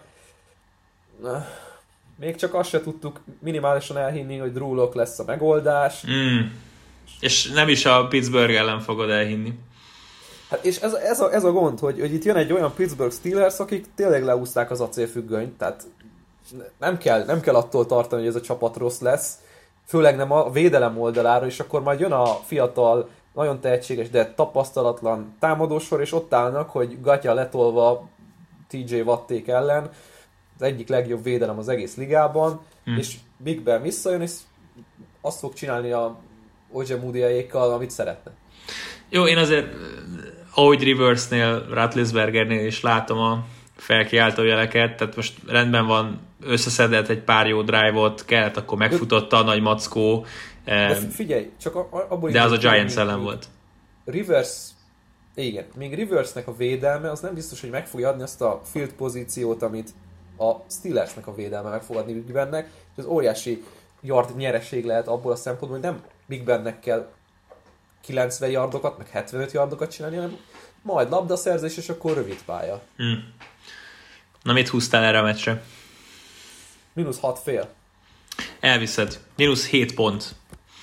[SPEAKER 3] Még csak azt se tudtuk minimálisan elhinni, hogy Drew Lock lesz a megoldás.
[SPEAKER 1] És nem is a Pittsburgh ellen fogod elhinni.
[SPEAKER 3] Hát és ez a gond, hogy itt jön egy olyan Pittsburgh Steelers, akik tényleg leúzták az acélfüggönyt, tehát nem kell attól tartani, hogy ez a csapat rossz lesz, főleg nem a védelem oldalára, és akkor majd jön a fiatal, nagyon tehetséges, de tapasztalatlan támadósor, és ott állnak, hogy gatya letolva TJ Watték ellen, az egyik legjobb védelem az egész ligában, és Big Ben visszajön, és azt fog csinálni a Oje Moody-ékkal, amit szeretne.
[SPEAKER 1] Jó, én azért ahogy Rivers-nél, Ratlisbergernél is látom a felkiáltó jeleket, tehát most rendben van, összeszedett egy pár jó drive-ot, kellett, akkor megfutotta a nagy mackó.
[SPEAKER 3] De figyelj, csak abból
[SPEAKER 1] de az a Giants ellen volt.
[SPEAKER 3] Rivers, igen, még Riversnek a védelme, az nem biztos, hogy meg fogja adni azt a field pozíciót, amit a Steelersnek a védelme meg fog adni Big Bennek, és az óriási yard nyereség lehet abból a szempontból, hogy nem Big Bennek kell 90 yardokat, meg 75 yardokat csinálni, hanem majd labdaszerzés, és akkor rövid pálya.
[SPEAKER 1] Na, mit húztál erre a meccsre?
[SPEAKER 3] -6,5.
[SPEAKER 1] Elviszed. -7 pont.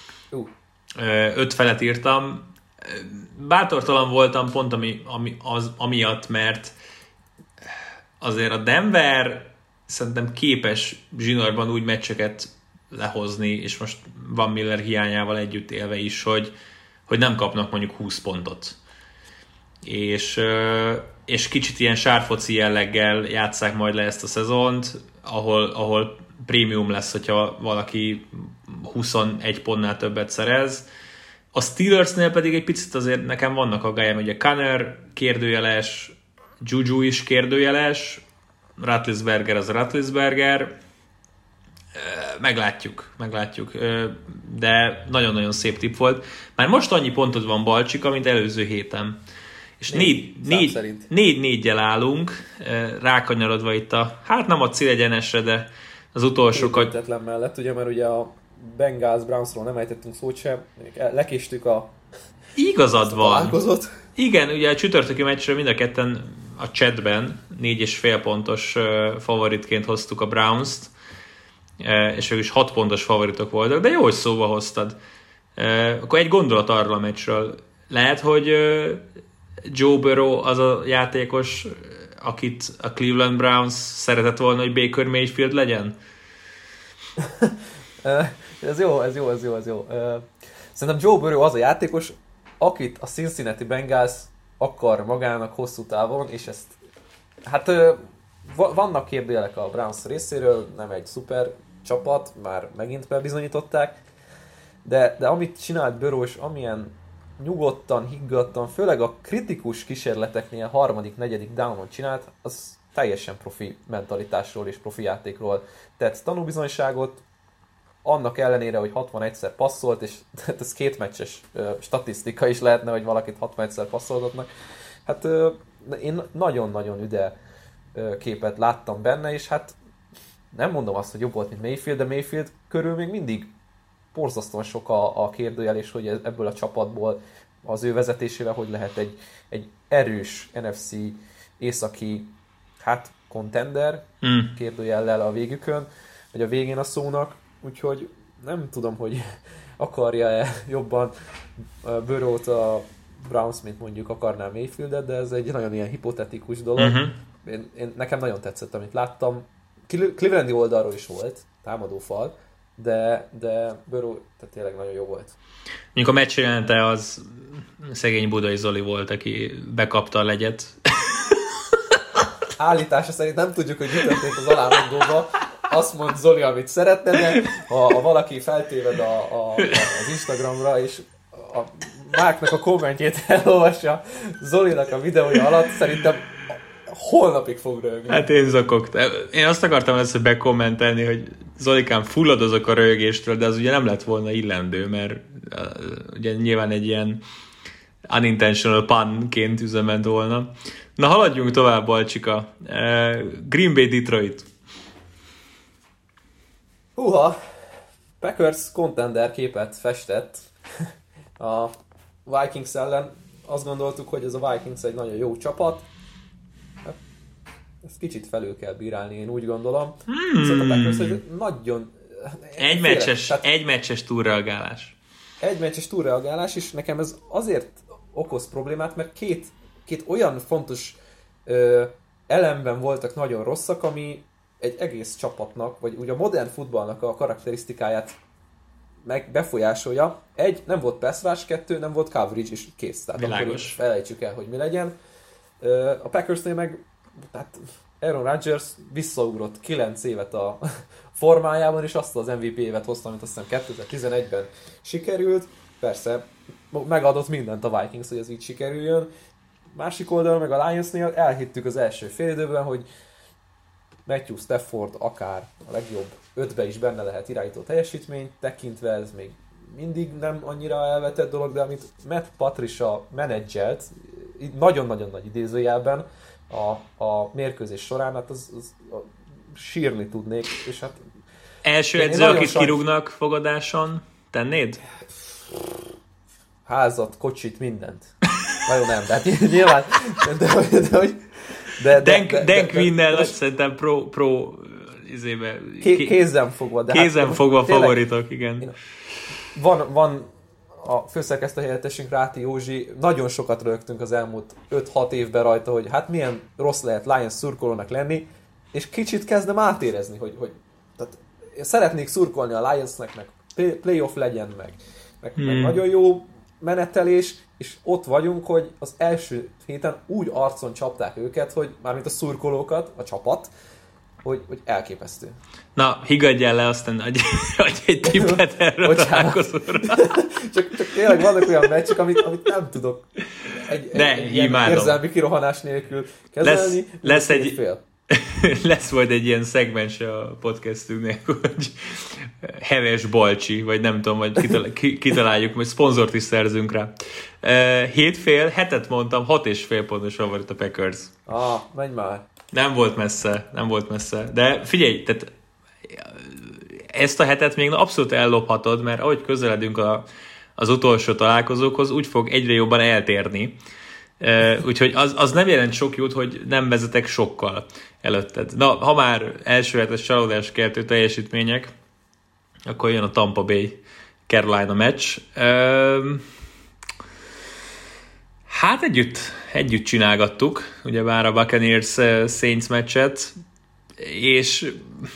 [SPEAKER 1] 5 felet írtam. Bátortalan voltam pont amiatt, mert azért a Denver szerintem képes zsinórban úgy meccseket lehozni, és most Van Miller hiányával együtt élve is, hogy nem kapnak mondjuk 20 pontot. és kicsit ilyen sárfoci jelleggel játsszák majd le ezt a szezont, ahol prémium lesz, hogyha valaki 21 pontnál többet szerez. A Steelersnél pedig egy picit azért nekem vannak aggályom, ugye Conner kérdőjeles, Juju is kérdőjeles, Ratlisberger az Ratlisberger, meglátjuk, de nagyon-nagyon szép tipp volt. Már most annyi pontod van, Balcsika, mint előző héten. És 4-4-jel állunk, rákanyarodva itt hát nem a célegyenesre, de az utolsókat...
[SPEAKER 3] Hihetetlen mellett, ugye, mert ugye a Bengals Brownsról nem ejtettünk szót sem, lekéstük
[SPEAKER 1] Igazad van. Igen, ugye a csütörtöki meccsről mind a ketten a chatben 4,5 pontos favoritként hoztuk a Browns-t, és ők is 6 pontos favoritok voltak, de jó, hogy szóba hoztad. Akkor egy gondolat arról a meccsről. Lehet, hogy Joe Burrow az a játékos, akit a Cleveland Browns szeretett volna, hogy Baker Mayfield legyen?
[SPEAKER 3] Ez jó. Szerintem Joe Burrow az a játékos, akit a Cincinnati Bengals akar magának hosszú távon, és ezt hát vannak kérdőjelek a Browns részéről, nem egy szuper csapat, már megint bebizonyították, de amit csinált Burrow, és amilyen nyugodtan, higgadtan, főleg a kritikus kísérleteknél harmadik, negyedik downon csinált, az teljesen profi mentalitásról és profi játékról tett tanúbizonyságot, annak ellenére, hogy 61-szer passzolt, és ez 2 meccses statisztika is lehetne, hogy valakit 61-szer passzoltatnak. Hát én nagyon-nagyon üde képet láttam benne, és hát nem mondom azt, hogy jobb volt, mint Mayfield, de Mayfield körül még mindig borzasztóan sok a kérdőjel, és hogy ebből a csapatból az ő vezetésével hogy lehet egy erős NFC északi contender kérdőjellel a végükön, vagy a végén a szónak, úgyhogy nem tudom, hogy akarja-e jobban Burrow-t a Browns, mint mondjuk akarná Mayfieldet, de ez egy nagyon ilyen hipotetikus dolog. Nekem nagyon tetszett, amit láttam. Clevelandi oldalról is volt támadófal, de Burrow tehát tényleg nagyon jó volt.
[SPEAKER 1] Mondjuk a meccs jelente az szegény Budai Zoli volt, aki bekapta a legyet.
[SPEAKER 3] Állítása szerint nem tudjuk, hogy mi történt az alámondóba. Azt mond Zoli, amit szeretne, de ha valaki feltéved az Instagramra, és a Márknak a kommentjét elolvassa Zolinak a videója alatt, szerintem holnapig fog röhögni.
[SPEAKER 1] Hát én zokogtam. Én azt akartam ezt, hogy bekommentelni, hogy Zolikám fulladozok a röhögéstől, de az ugye nem lett volna illendő, mert ugye nyilván egy ilyen unintentional punként üzement volna. Na, haladjunk tovább, Balcsika. Green Bay Detroit.
[SPEAKER 3] Húha! Packers contender képet festett a Vikings ellen. Azt gondoltuk, hogy ez a Vikings egy nagyon jó csapat. Ezt kicsit felül kell bírálni, én úgy gondolom. Szóval a Packers egy nagyon...
[SPEAKER 1] Egy meccses túlreagálás.
[SPEAKER 3] Egy meccses túlreagálás, és nekem ez azért okoz problémát, mert két olyan fontos elemben voltak nagyon rosszak, ami egy egész csapatnak, vagy ugye a modern futballnak a karakterisztikáját befolyásolja. Nem volt pass rush, 2, nem volt coverage, és kész. Tehát
[SPEAKER 1] világos.
[SPEAKER 3] Akkor felejtsük el, hogy mi legyen. A Packersnél meg hát Aaron Rodgers visszaugrott 9 évet a formájában, és azt az MVP évet hozta, amit azt hiszem 2011-ben sikerült. Persze megadott mindent a Vikings, hogy ez így sikerüljön. Másik oldalon meg a Lionsnél elhittük az első félidőben, hogy Matthew Stafford akár a legjobb 5-be is benne lehet irányító teljesítményt, tekintve ez még mindig nem annyira elvetett dolog, de amit Matt Patricia menedzselt, nagyon-nagyon nagy idézőjelben a mérkőzés során, hát az sírni tudnék, és hát...
[SPEAKER 1] Első edző, akit kirúgnak fogadáson, tennéd?
[SPEAKER 3] Házat, kocsit, mindent. Nagyon nem, de hát nyilván...
[SPEAKER 1] Dan Quinn-nel szerintem pro izébe...
[SPEAKER 3] Kézzen fogva.
[SPEAKER 1] Kézzen fogva favoritok, igen.
[SPEAKER 3] Van a főszerkesztő helyettesünk, Ráti Józsi, nagyon sokat rögtünk az elmúlt 5-6 évben rajta, hogy hát milyen rossz lehet Lions szurkolónak lenni, és kicsit kezdem átérezni, hogy tehát szeretnék szurkolni a Lionsnek, meg playoff legyen, meg nagyon jó menetelés, és ott vagyunk, hogy az első héten úgy arcon csapták őket, hogy mármint a szurkolókat, a csapat, hogy elképesztő.
[SPEAKER 1] Na, higgadjál le, aztán adj egy tippet erre a találkozóra.
[SPEAKER 3] csak tényleg vannak olyan meccsek, amit nem tudok egy érzelmi kirohanás nélkül kezelni.
[SPEAKER 1] Lesz majd egy ilyen szegmens a podcastünknek, hogy heves balcsi, vagy nem tudom, vagy kitaláljuk, majd szponzort is szerzünk rá. 7,5, mondtam, 6,5 pontos favorit a Packers.
[SPEAKER 3] Menj már.
[SPEAKER 1] Nem volt messze. De figyelj, tehát ezt a hetet még abszolút ellophatod, mert ahogy közeledünk az utolsó találkozókhoz, úgy fog egyre jobban eltérni. Úgyhogy az nem jelent sok jót, hogy nem vezetek sokkal előtted. Na, ha már első hetes csalódáskeltő teljesítmények, akkor jön a Tampa Bay Carolina meccs. Hát együtt csinálgattuk, ugyebár a Buccaneers Saints meccset, és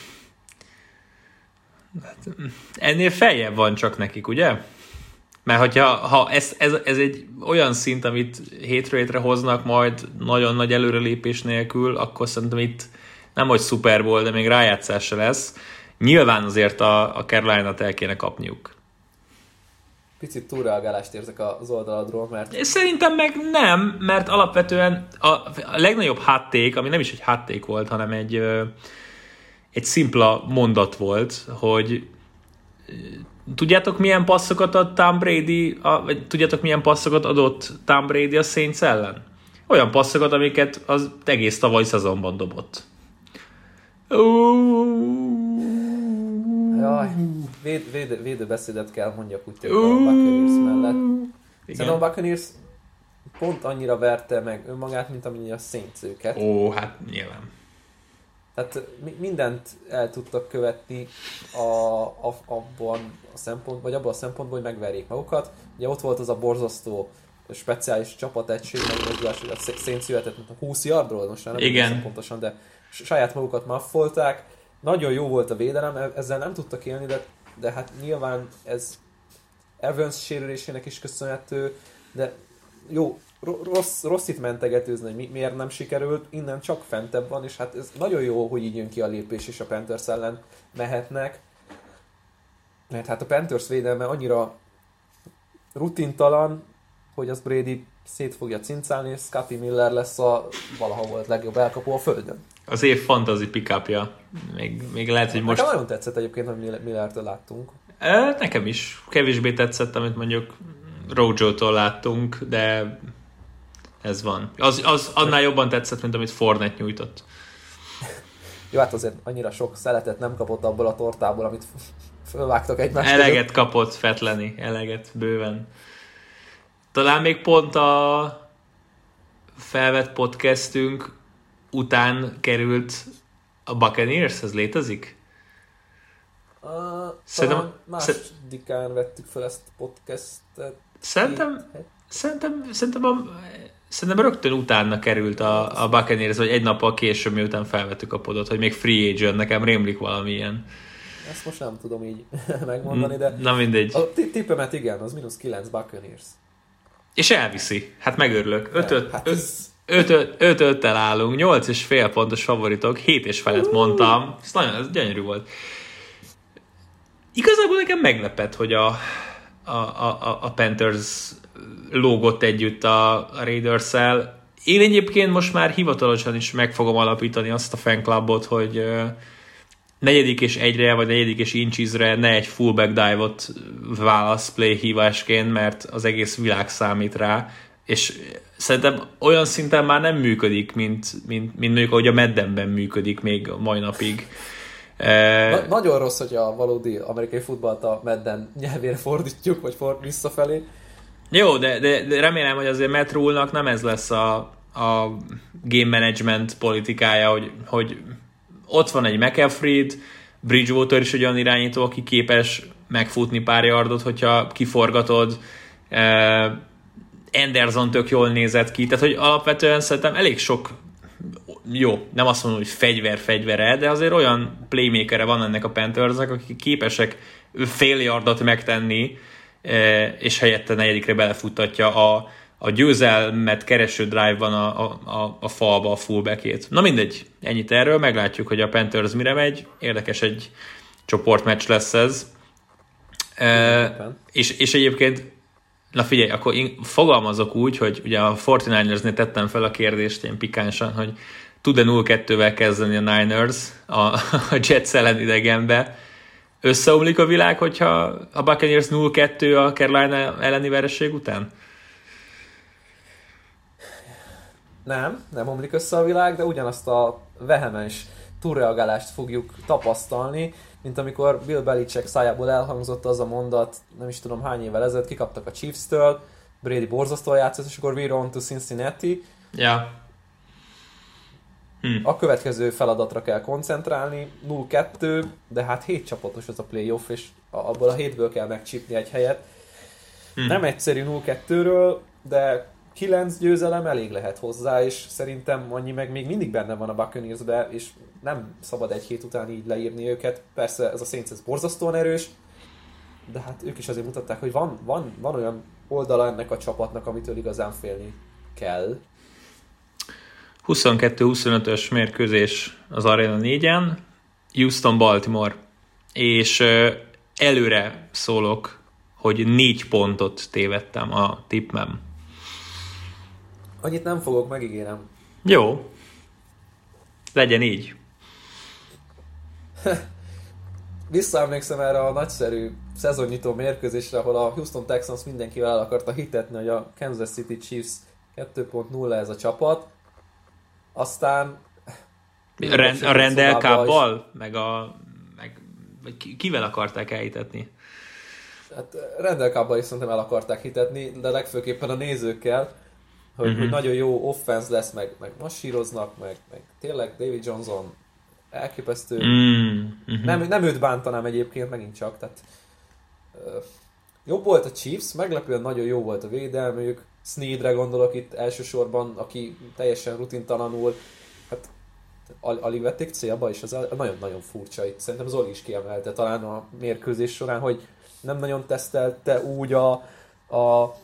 [SPEAKER 1] ennél feljebb van csak nekik, ugye? Mert hogyha ez egy olyan szint, amit hétről hétre hoznak majd nagyon nagy előrelépés nélkül, akkor szerintem itt nem hogy Super Bowl, de még rájátszás se lesz. Nyilván azért a Carolina-t el kéne kapniuk.
[SPEAKER 3] Picit túlreagálást érzek az oldaladról, mert...
[SPEAKER 1] Szerintem meg nem, mert alapvetően a legnagyobb hot take, ami nem is egy hot take volt, hanem egy szimpla mondat volt, hogy tudjátok milyen passzokat ad Tom Brady, vagy tudjátok milyen passzokat adott Tom Brady a Saints ellen? Olyan passzokat, amiket az egész tavalyi szezonban dobott.
[SPEAKER 3] Jaj, védőbeszédet kell mondjak úgy tényleg a Buccaneers mellett. Szerintem a Buccaneers pont annyira verte meg önmagát, mint amennyi a Saints őket.
[SPEAKER 1] Hát nyilván.
[SPEAKER 3] Tehát mindent el tudtak követni abban a szempontból, hogy megverjék magukat. Ugye ott volt az a borzasztó speciális csapategység, megmozdulás, hogy a Saints jöhetett, mint a 20 yardról, most már nem tudom pontosan, de saját magukat maffolták. Nagyon jó volt a védelem, ezzel nem tudtak élni, de hát nyilván ez Evans sérülésének is köszönhető, de jó, rossz itt mentegetőzni, hogy miért nem sikerült, innen csak fentebb van, és hát ez nagyon jó, hogy így jön ki a lépés, és a Panthers ellen mehetnek, mert hát a Panthers védelme annyira rutintalan, hogy az Brady szét fogja cincálni, és Scotty Miller lesz a valaha volt legjobb elkapó a földön.
[SPEAKER 1] Az év fantasy pick-upja. Még lehet, hogy most...
[SPEAKER 3] Nekem nagyon tetszett egyébként, amit Millertől láttunk.
[SPEAKER 1] Nekem is. Kevésbé tetszett, amit mondjuk Rojo-tól láttunk, de ez van. Az annál jobban tetszett, mint amit Fournette nyújtott.
[SPEAKER 3] Jó, hát azért annyira sok szeletet nem kapott abból a tortából, amit fölvágtak egymást.
[SPEAKER 1] Eleget kapott Fetleni, eleget bőven. Talán még pont a felvett podcastünk után került a Buccaneers, ez létezik?
[SPEAKER 3] Talán másodikán vettük fel ezt a podcastet.
[SPEAKER 1] Szerintem rögtön utána került a Buccaneers, vagy egy nappal később, miután felvettük a podot, hogy még free agent, nekem rémlik valami ilyen.
[SPEAKER 3] Ezt most nem tudom így megmondani, de
[SPEAKER 1] na mindegy.
[SPEAKER 3] A tippemet igen, az -9 Buccaneers.
[SPEAKER 1] És elviszi. Hát megörülök. 5-5-tel állunk, 8,5 pontos favoritok, 7,5 mondtam. Ez gyönyörű volt. Igazából nekem meglepett, hogy a Panthers lógott együtt a Raiders-szel. Én egyébként most már hivatalosan is meg fogom alapítani azt a fanclubot, hogy 4. és 1-re, vagy 4. és inchesre ne egy fullback dive-ot válasz play hívásként, mert az egész világ számít rá, és szerintem olyan szinten már nem működik, mint mondjuk, ahogy a Maddenben működik még a mai napig.
[SPEAKER 3] Nagyon rossz, hogy a valódi amerikai futballt a Madden nyelvére fordítjuk, vagy visszafelé.
[SPEAKER 1] Jó, de remélem, hogy azért Matt Rule-nak nem ez lesz a game management politikája, hogy ott van egy McCaffrey, Bridgewater is egy olyan irányító, aki képes megfutni pár yardot, hogyha kiforgatod. Anderson tök jól nézett ki, tehát hogy alapvetően szerintem elég sok, jó, nem azt mondom, hogy fegyvere, de azért olyan playmakere van ennek a Panthersnek, akik képesek fél yardot megtenni, és helyette negyedikre belefuttatja a győzelmet kereső drive-ban a falba a fullbackét. Na mindegy, ennyit erről, meglátjuk, hogy a Panthers mire megy, érdekes egy csoportmeccs lesz ez. És egyébként, na figyelj, akkor én fogalmazok úgy, hogy ugye a 49ersnél tettem fel a kérdést én pikánsan, hogy tud-e 0-2-vel kezdeni a Niners a Jets ellen idegenbe. Összeomlik a világ, hogyha a Buccaneers 0-2 a Carolina elleni vereség után?
[SPEAKER 3] Nem omlik össze a világ, de ugyanazt a vehemens túlreagálást fogjuk tapasztalni, mint amikor Bill Belichick szájából elhangzott az a mondat, nem is tudom hány évvel ezelőtt, kikaptak a Chiefs-től, Brady borzasztóan játszott, és akkor we're on to Cincinnati.
[SPEAKER 1] Ja.
[SPEAKER 3] A következő feladatra kell koncentrálni, 0-2, de hát 7 csapatos az a playoff, és abból a 7-ből kell megcsípni egy helyet. Nem egyszerű 0-2-ről, de 9 győzelem elég lehet hozzá, és szerintem annyi meg még mindig benne van a Buccaneersbe, és nem szabad egy hét után így leírni őket. Persze ez a Saints ez borzasztóan erős, de hát ők is azért mutatták, hogy van olyan oldala ennek a csapatnak, amitől igazán félni kell.
[SPEAKER 1] 22-25-ös mérkőzés az Arena 4-en, Houston-Baltimore, és előre szólok, hogy 4 pontot tévedtem a tippem.
[SPEAKER 3] Annyit nem fogok, megígérem.
[SPEAKER 1] Jó. Legyen így.
[SPEAKER 3] Visszaemlékszem erre a nagyszerű szezonnyitó mérkőzésre, ahol a Houston Texans mindenkivel el akarta hitetni, hogy a Kansas City Chiefs 2.0 ez a csapat. Aztán...
[SPEAKER 1] A Randall Cobb-bal? Meg kivel akarták elhitetni?
[SPEAKER 3] Hát Randall Cobb-bal is szerintem el akarták hitetni, de legfőképpen a nézőkkel, hogy nagyon jó offense lesz, meg massíroznak, meg tényleg David Johnson elképesztő. Nem őt bántanám egyébként, megint csak. Tehát, jobb volt a Chiefs, meglepően nagyon jó volt a védelmük. Sneadre gondolok itt elsősorban, aki teljesen rutintalanul, hát alig vették célba, és ez nagyon-nagyon furcsa. Itt szerintem Zoli is kiemelte talán a mérkőzés során, hogy nem nagyon tesztelte úgy a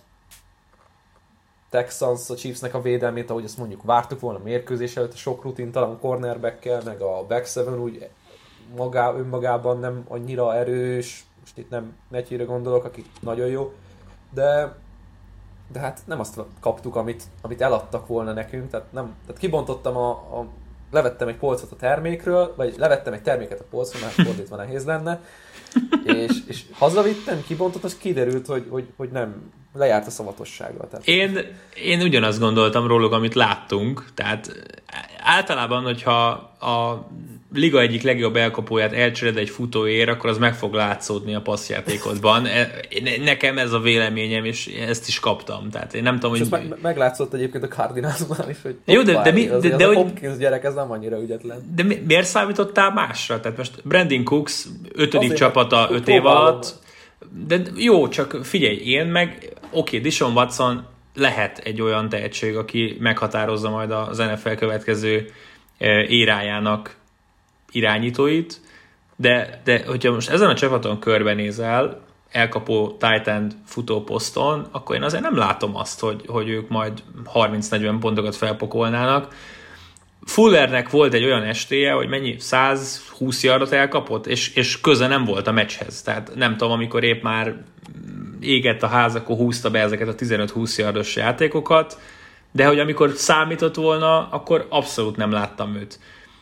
[SPEAKER 3] Texans, a Chiefsnek a védelmét, ahogy ezt mondjuk vártuk volna a mérkőzés előtt, a sok rutintalan cornerbackkel, meg a back seven úgy önmagában nem annyira erős, most itt nem Matthewre gondolok, aki nagyon jó, de hát nem azt kaptuk, amit eladtak volna nekünk, tehát kibontottam levettem egy polcot a termékről, vagy levettem egy terméket a polcról, mert fordítva nehéz lenne, és hazavittem, kibontottam, és kiderült, hogy nem, lejárt a szavatossága. Tehát.
[SPEAKER 1] Én ugyanazt gondoltam róluk, amit láttunk, tehát általában, hogyha a liga egyik legjobb elkapóját elcsered egy futóért, akkor az meg fog látszódni a passzjátékodban. Nekem ez a véleményem, és ezt is kaptam. Tehát én nem tudom,
[SPEAKER 3] és
[SPEAKER 1] hogy...
[SPEAKER 3] meglátszott egyébként a Cardinalsnál is, hogy
[SPEAKER 1] jó, de
[SPEAKER 3] a Hopkins gyerek, ez nem annyira ügyetlen.
[SPEAKER 1] De miért számítottál másra? Tehát most Brandon Cooks 5. csapata 5 év alatt, de jó, csak figyelj, én meg Deshaun Watson lehet egy olyan tehetség, aki meghatározza majd az NFL következő érájának irányítóit, de hogyha most ezen a csapaton körbenézel, elkapó tight end futó poszton, akkor én azért nem látom azt, hogy ők majd 30-40 pontokat felpakolnának. Fullernek volt egy olyan estéje, hogy mennyi? 120 yardot elkapott, és köze nem volt a meccshez. Tehát nem tudom, amikor épp már égett a ház, akkor húzta be ezeket a 15-20 yardos játékokat, de hogy amikor számított volna, akkor abszolút nem láttam őt.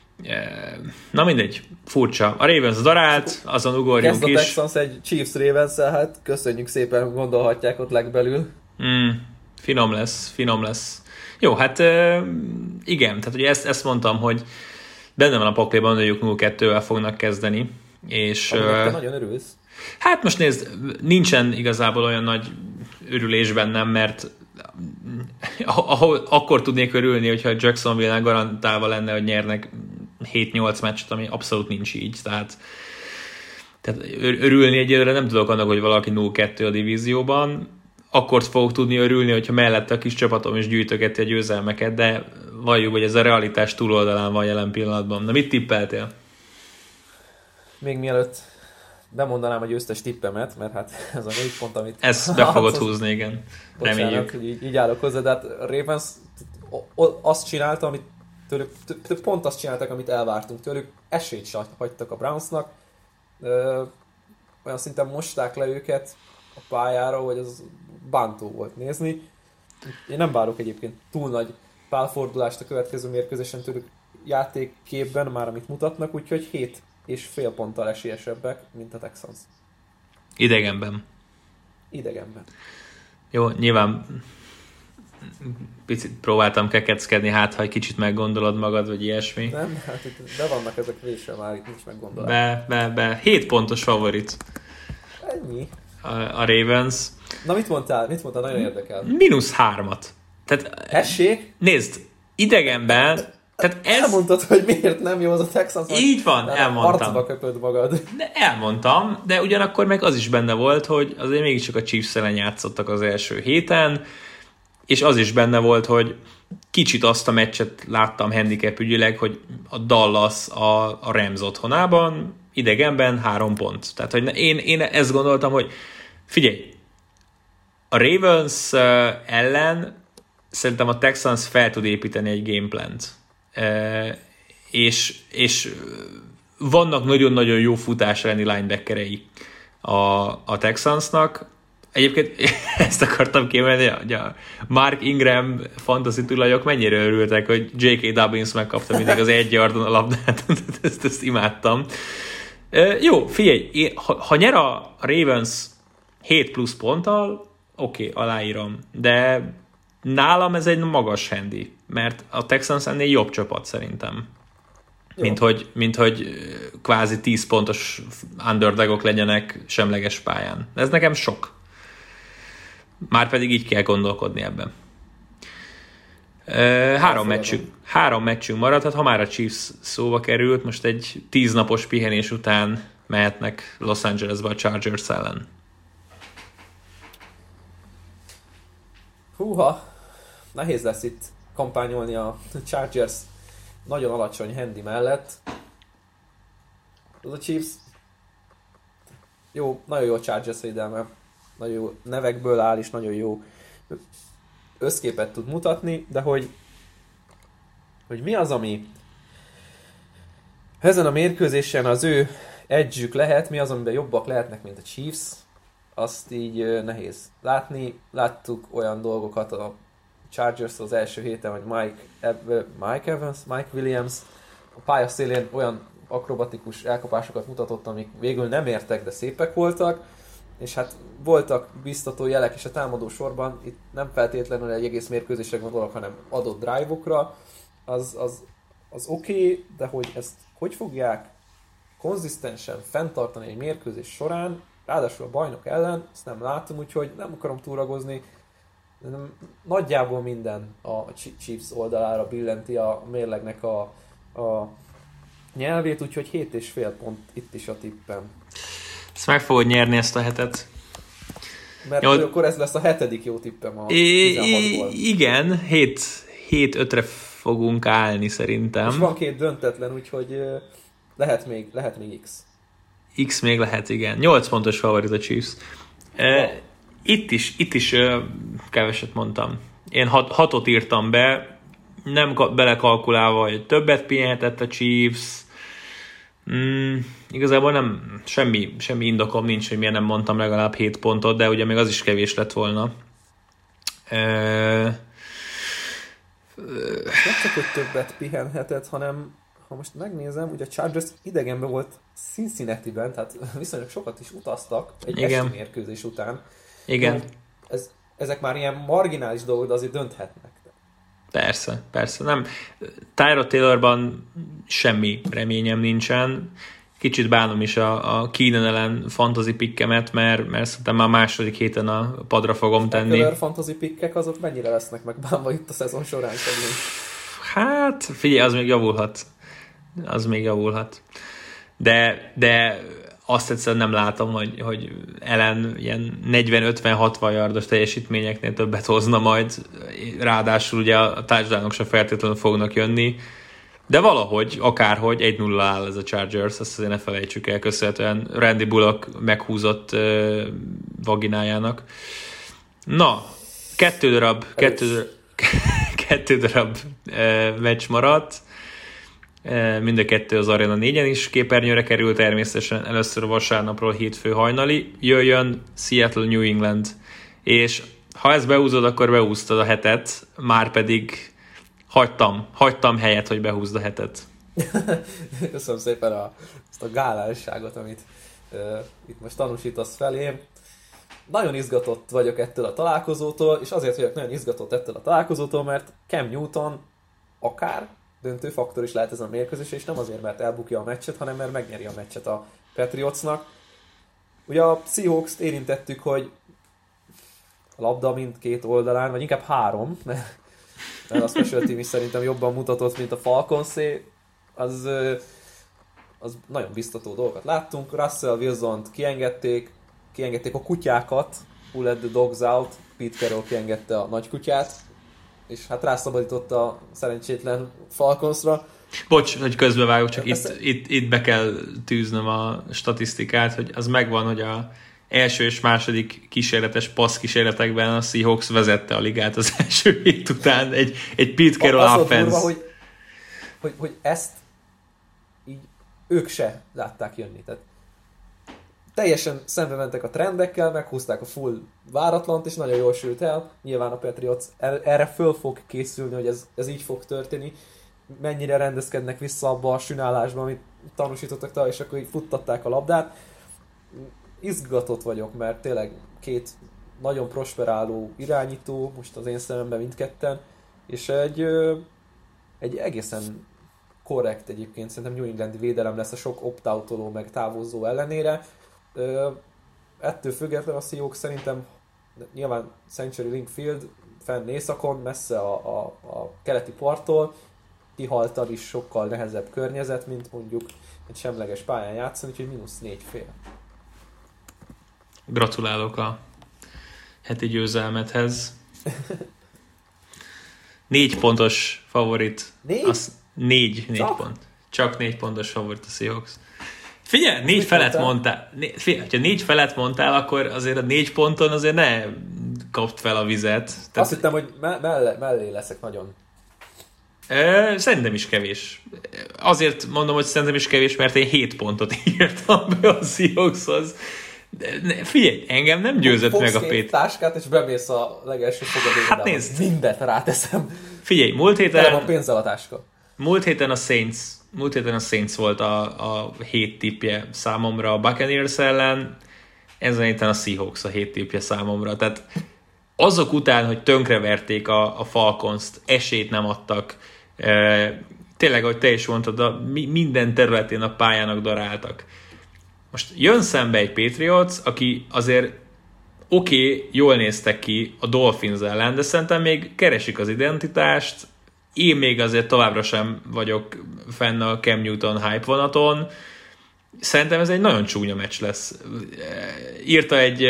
[SPEAKER 1] Na mindegy, furcsa. A Ravens darált, azon ugorjunk is.
[SPEAKER 3] Kezd a Texans egy Chiefs Ravens-szel, hát köszönjük szépen, gondolhatják ott legbelül.
[SPEAKER 1] Finom lesz. Jó, hát igen, tehát ugye ezt mondtam, hogy benne van a pakliban, hogy ők 0-2-vel fognak kezdeni. És
[SPEAKER 3] te nagyon örülsz.
[SPEAKER 1] Hát most nézd, nincsen igazából olyan nagy örülés bennem, mert akkor tudnék örülni, hogyha Jacksonville-nek garantálva lenne, hogy nyernek 7-8 meccset, ami abszolút nincs így. Tehát örülni egyelőre nem tudok annak, hogy valaki 0-2 a divízióban. Akkor fogok tudni örülni, hogyha mellette a kis csapatom is gyűjtögeti a győzelmeket, de valljuk, hogy ez a realitás túloldalán van jelen pillanatban. Na mit tippeltél?
[SPEAKER 3] Még mielőtt bemondanám a győztes tippemet, mert hát ez a 4 pont, amit...
[SPEAKER 1] Ezt be fogod húzni, igen. Reméljük.
[SPEAKER 3] Bocsánat, hogy így állok hozzá, de hát a Ravens azt csinálta, amit tőlük, pont azt csináltak, amit elvártunk tőlük, esélyt sem hagytak a Brownsnak, olyan szinten mosták le őket a pályára, hogy az bántó volt nézni. Én nem várok egyébként túl nagy pálfordulást a következő mérkőzésen tőlük játékképben, már amit mutatnak, úgyhogy 7,5 ponttal esélyesebbek, mint a Texans.
[SPEAKER 1] Idegenben. Jó, nyilván picit próbáltam kekeckedni, hát ha egy kicsit meggondolod magad, vagy ilyesmi.
[SPEAKER 3] Nem, hát itt be vannak ezek vésre, már itt nincs meggondolás.
[SPEAKER 1] Be. 7 pontos favorit.
[SPEAKER 3] Ennyi.
[SPEAKER 1] A Ravens.
[SPEAKER 3] Na mit mondtál? Nagyon érdekel.
[SPEAKER 1] -3. Tehát,
[SPEAKER 3] Tessék?
[SPEAKER 1] Nézd, idegenben, tehát ez...
[SPEAKER 3] Elmondtad, hogy miért nem jó az a Texans.
[SPEAKER 1] Így van, elmondtam.
[SPEAKER 3] Arcba köpöd magad.
[SPEAKER 1] De elmondtam, de ugyanakkor meg az is benne volt, hogy azért mégiscsak a Chiefs ellen játszottak az első héten, és az is benne volt, hogy kicsit azt a meccset láttam handicap ügyileg, hogy a Dallas a Rams otthonában, idegenben 3 pont. Tehát, hogy én ezt gondoltam, hogy figyelj, a Ravens ellen szerintem a Texans fel tud építeni egy gameplant. És vannak nagyon-nagyon jó futás elleni linebackerei a Texansnak. Egyébként ezt akartam kiemelni, hogy a Mark Ingram fantasy tulajok mennyire örültek, hogy J.K. Dobbins megkapta mindig az 1 yardon a labdát, ezt imádtam. Jó, figyelj, ha nyer a Ravens 7 plusz ponttal, oké, aláírom, de nálam ez egy magas handi, mert a Texans ennél jobb csapat szerintem. Mint hogy kvázi 10 pontos underdogok legyenek semleges pályán. Ez nekem sok. Márpedig így kell gondolkodni ebben. 3 meccsünk maradt, hát ha már a Chiefs szóba került, most egy 10 napos pihenés után mehetnek Los Angelesbe a Chargers ellen.
[SPEAKER 3] Húha, nehéz lesz itt kampányolni a Chargers nagyon alacsony handi mellett. Az a Chiefs jó, nagyon jó a Chargers védelme, nagyon jó nevekből áll, és nagyon jó összképet tud mutatni, de hogy mi az, ami ezen a mérkőzésen az ő edge-ük lehet, mi az, amiben jobbak lehetnek, mint a Chiefs, azt így nehéz látni. Láttuk olyan dolgokat a Chargers az első héten, hogy Mike Williams a pályaszélén olyan akrobatikus elkapásokat mutatott, amik végül nem értek, de szépek voltak, és hát voltak biztató jelek is a támadó sorban, itt nem feltétlenül egy egész mérkőzésre gondolok, hanem adott drive-okra, az oké, de hogy ezt hogy fogják konzisztensen fenntartani egy mérkőzés során, ráadásul a bajnok ellen, ezt nem látom, úgyhogy nem akarom túragozni, de nagyjából minden a Chiefs oldalára billenti a mérlegnek a nyelvét, úgyhogy 7,5 pont itt is a tippem.
[SPEAKER 1] Ezt meg fogod nyerni, ezt a hetet.
[SPEAKER 3] Mert akkor ez lesz a 7. jó tippem a 16-ból.
[SPEAKER 1] Igen, 7-5-re fogunk állni szerintem.
[SPEAKER 3] És van 2 döntetlen, úgyhogy lehet még X.
[SPEAKER 1] X még lehet, igen. 8 pontos favorit a Chiefs. Itt is keveset mondtam. Én 6-ot írtam be, nem belekalkulálva, hogy többet pihenhetett a Chiefs. Igazából nem, semmi indokom nincs, hogy miért nem mondtam legalább 7 pontot, de ugye még az is kevés lett volna.
[SPEAKER 3] Nem csak, hogy többet pihenhetett, hanem ha most megnézem, ugye a Chargers idegenben volt Cincinnati-ben, tehát viszonylag sokat is utaztak egy esti mérkőzés után.
[SPEAKER 1] Igen.
[SPEAKER 3] Ezek már ilyen marginális dolgok, de azért dönthetnek.
[SPEAKER 1] Persze. Nem. Tyrod Taylorban semmi reményem nincsen. Kicsit bánom is a Keenan ellen fantasy pickemet, mert szerintem már második héten a padra fogom tenni. A
[SPEAKER 3] fantasy pickek azok mennyire lesznek megbánva itt a szezon során?
[SPEAKER 1] Hát, figyelj, az még javulhat. De azt egyszerűen nem látom, hogy ellen ilyen 40-50-60 yardos teljesítményeknél többet hozna majd. Ráadásul ugye a touchdownok sem feltétlenül fognak jönni. De valahogy, akárhogy 1-0 áll ez a Chargers, azt azért ne felejtsük el, köszönhetően Randy Bullock meghúzott vaginájának. Na, kettő darab meccs maradt. Mind a kettő az Arena 4-en is képernyőre került, természetesen először a vasárnapról hétfő hajnali. Jöjjön Seattle New England, és ha ezt behúzod, akkor behúztad a hetet, már pedig hagytam helyet, hogy behúzd a hetet.
[SPEAKER 3] Köszönöm szépen azt a gálásságot, amit itt most tanúsítasz felém. Nagyon izgatott vagyok ettől a találkozótól, és azért vagyok nagyon izgatott ettől a találkozótól, mert Cam Newton akár döntő faktor is lehet ez a mérkőzés, és nem azért, mert elbukja a meccset, hanem mert megnyeri a meccset a Patriotsnak. Ugye a Seahawks-t érintettük, hogy a labda mindkét oldalán, vagy inkább 3, mert a special team is szerintem jobban mutatott, mint a Falconsé, az nagyon biztató dolgokat láttunk. Russell Wilsont kiengedték a kutyákat, who let the dogs out, Pete Carroll kiengedte a nagy kutyát, és hát rászabadította a szerencsétlen Falconsra.
[SPEAKER 1] Bocs, hogy közbevágok, csak itt be kell tűznöm a statisztikát, hogy az megvan, hogy a első és második kísérletes passz kísérletekben a Seahawks vezette a ligát az első hét után egy Pete Carroll offense.
[SPEAKER 3] Durva, hogy ezt így ők se látták jönni. Tehát teljesen szembe mentek a trendekkel, meghúzták a full váratlant, és nagyon jól sült el. Nyilván a Patriots erre föl fog készülni, hogy ez így fog történni. Mennyire rendezkednek vissza abba a sünálásba, amit tanúsítottak, és akkor így futtatták a labdát. Izgatott vagyok, mert tényleg két nagyon prosperáló irányító, most az én szememben mindketten, és egy egészen korrekt egyébként, szerintem New Englandi védelem lesz a sok opt-outoló meg távozó ellenére. Ettől függetlenül a Seahawks szerintem nyilván Century Link Field fenn északon, messze a keleti parttól, kihaltan is sokkal nehezebb környezet, mint mondjuk egy semleges pályán játszani, úgyhogy -4,5.
[SPEAKER 1] Gratulálok a heti győzelmethez. 4 pontos favorit. 4 pont. Csak 4 pontos favorit a Seahawks. Figyelj, 4 felett mondtál. Ha 4 felett mondtál, akkor azért a 4 ponton azért ne kapd fel a vizet. Tehát...
[SPEAKER 3] Azt hittem, hogy mellé leszek nagyon.
[SPEAKER 1] Szerintem is kevés. Azért mondom, hogy szerintem is kevés, mert én 7 pontot írtam be a Seahawkshoz. Figyelj, engem nem győzött meg a Pét.
[SPEAKER 3] Táskát, és bemész a legelső fogadóba.
[SPEAKER 1] Hát nézd.
[SPEAKER 3] Mindent ráteszem.
[SPEAKER 1] Figyelj, múlt héten...
[SPEAKER 3] van pénzzel a táska.
[SPEAKER 1] Múlt héten a Saints volt a 7 tippje számomra a Buccaneers ellen, ezen héten a Seahawks a 7 tippje számomra. Tehát azok után, hogy tönkreverték a Falcons-t, esélyt nem adtak, tényleg, ahogy te is mondtad, minden területén a pályának daráltak. Most jön szembe egy Patriots, aki azért jól néztek ki a Dolphins ellen, de szerintem még keresik az identitást. Én még azért továbbra sem vagyok fenn a Cam Newton hype vonaton. Szerintem ez egy nagyon csúnya meccs lesz. Írta egy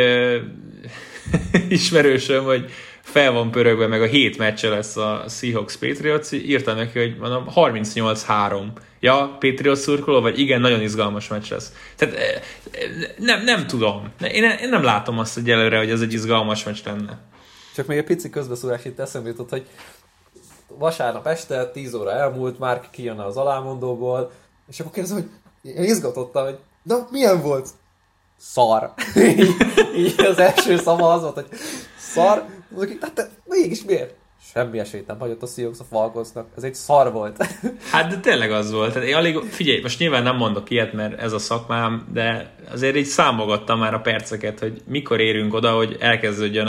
[SPEAKER 1] ismerősöm, hogy fel van pörögve, meg a 7 meccse lesz a Seahawks Patriots. Írta neki, hogy mondom, 38-3. Ja, Patriots szurkoló, vagy igen, nagyon izgalmas meccs lesz. Tehát nem tudom. Én nem látom azt egyelőre, hogy ez egy izgalmas meccs lenne.
[SPEAKER 3] Csak még egy pici közbeszólás itt eszembe jutott, hogy vasárnap este, 10 óra elmúlt, már kijön az alámondóból, és akkor kérdezem, hogy én izgatottam, hogy na, milyen volt? Szar. így az első szava az volt, hogy szar. Hát mégis miért? Semmi esélyt nem hagyott a Seahawks a Falconsnak. Ez egy szar volt.
[SPEAKER 1] Hát de tényleg az volt. Figyelj, most nyilván nem mondok ilyet, mert ez a szakmám, de azért így számogattam már a perceket, hogy mikor érünk oda, hogy elkezdődjön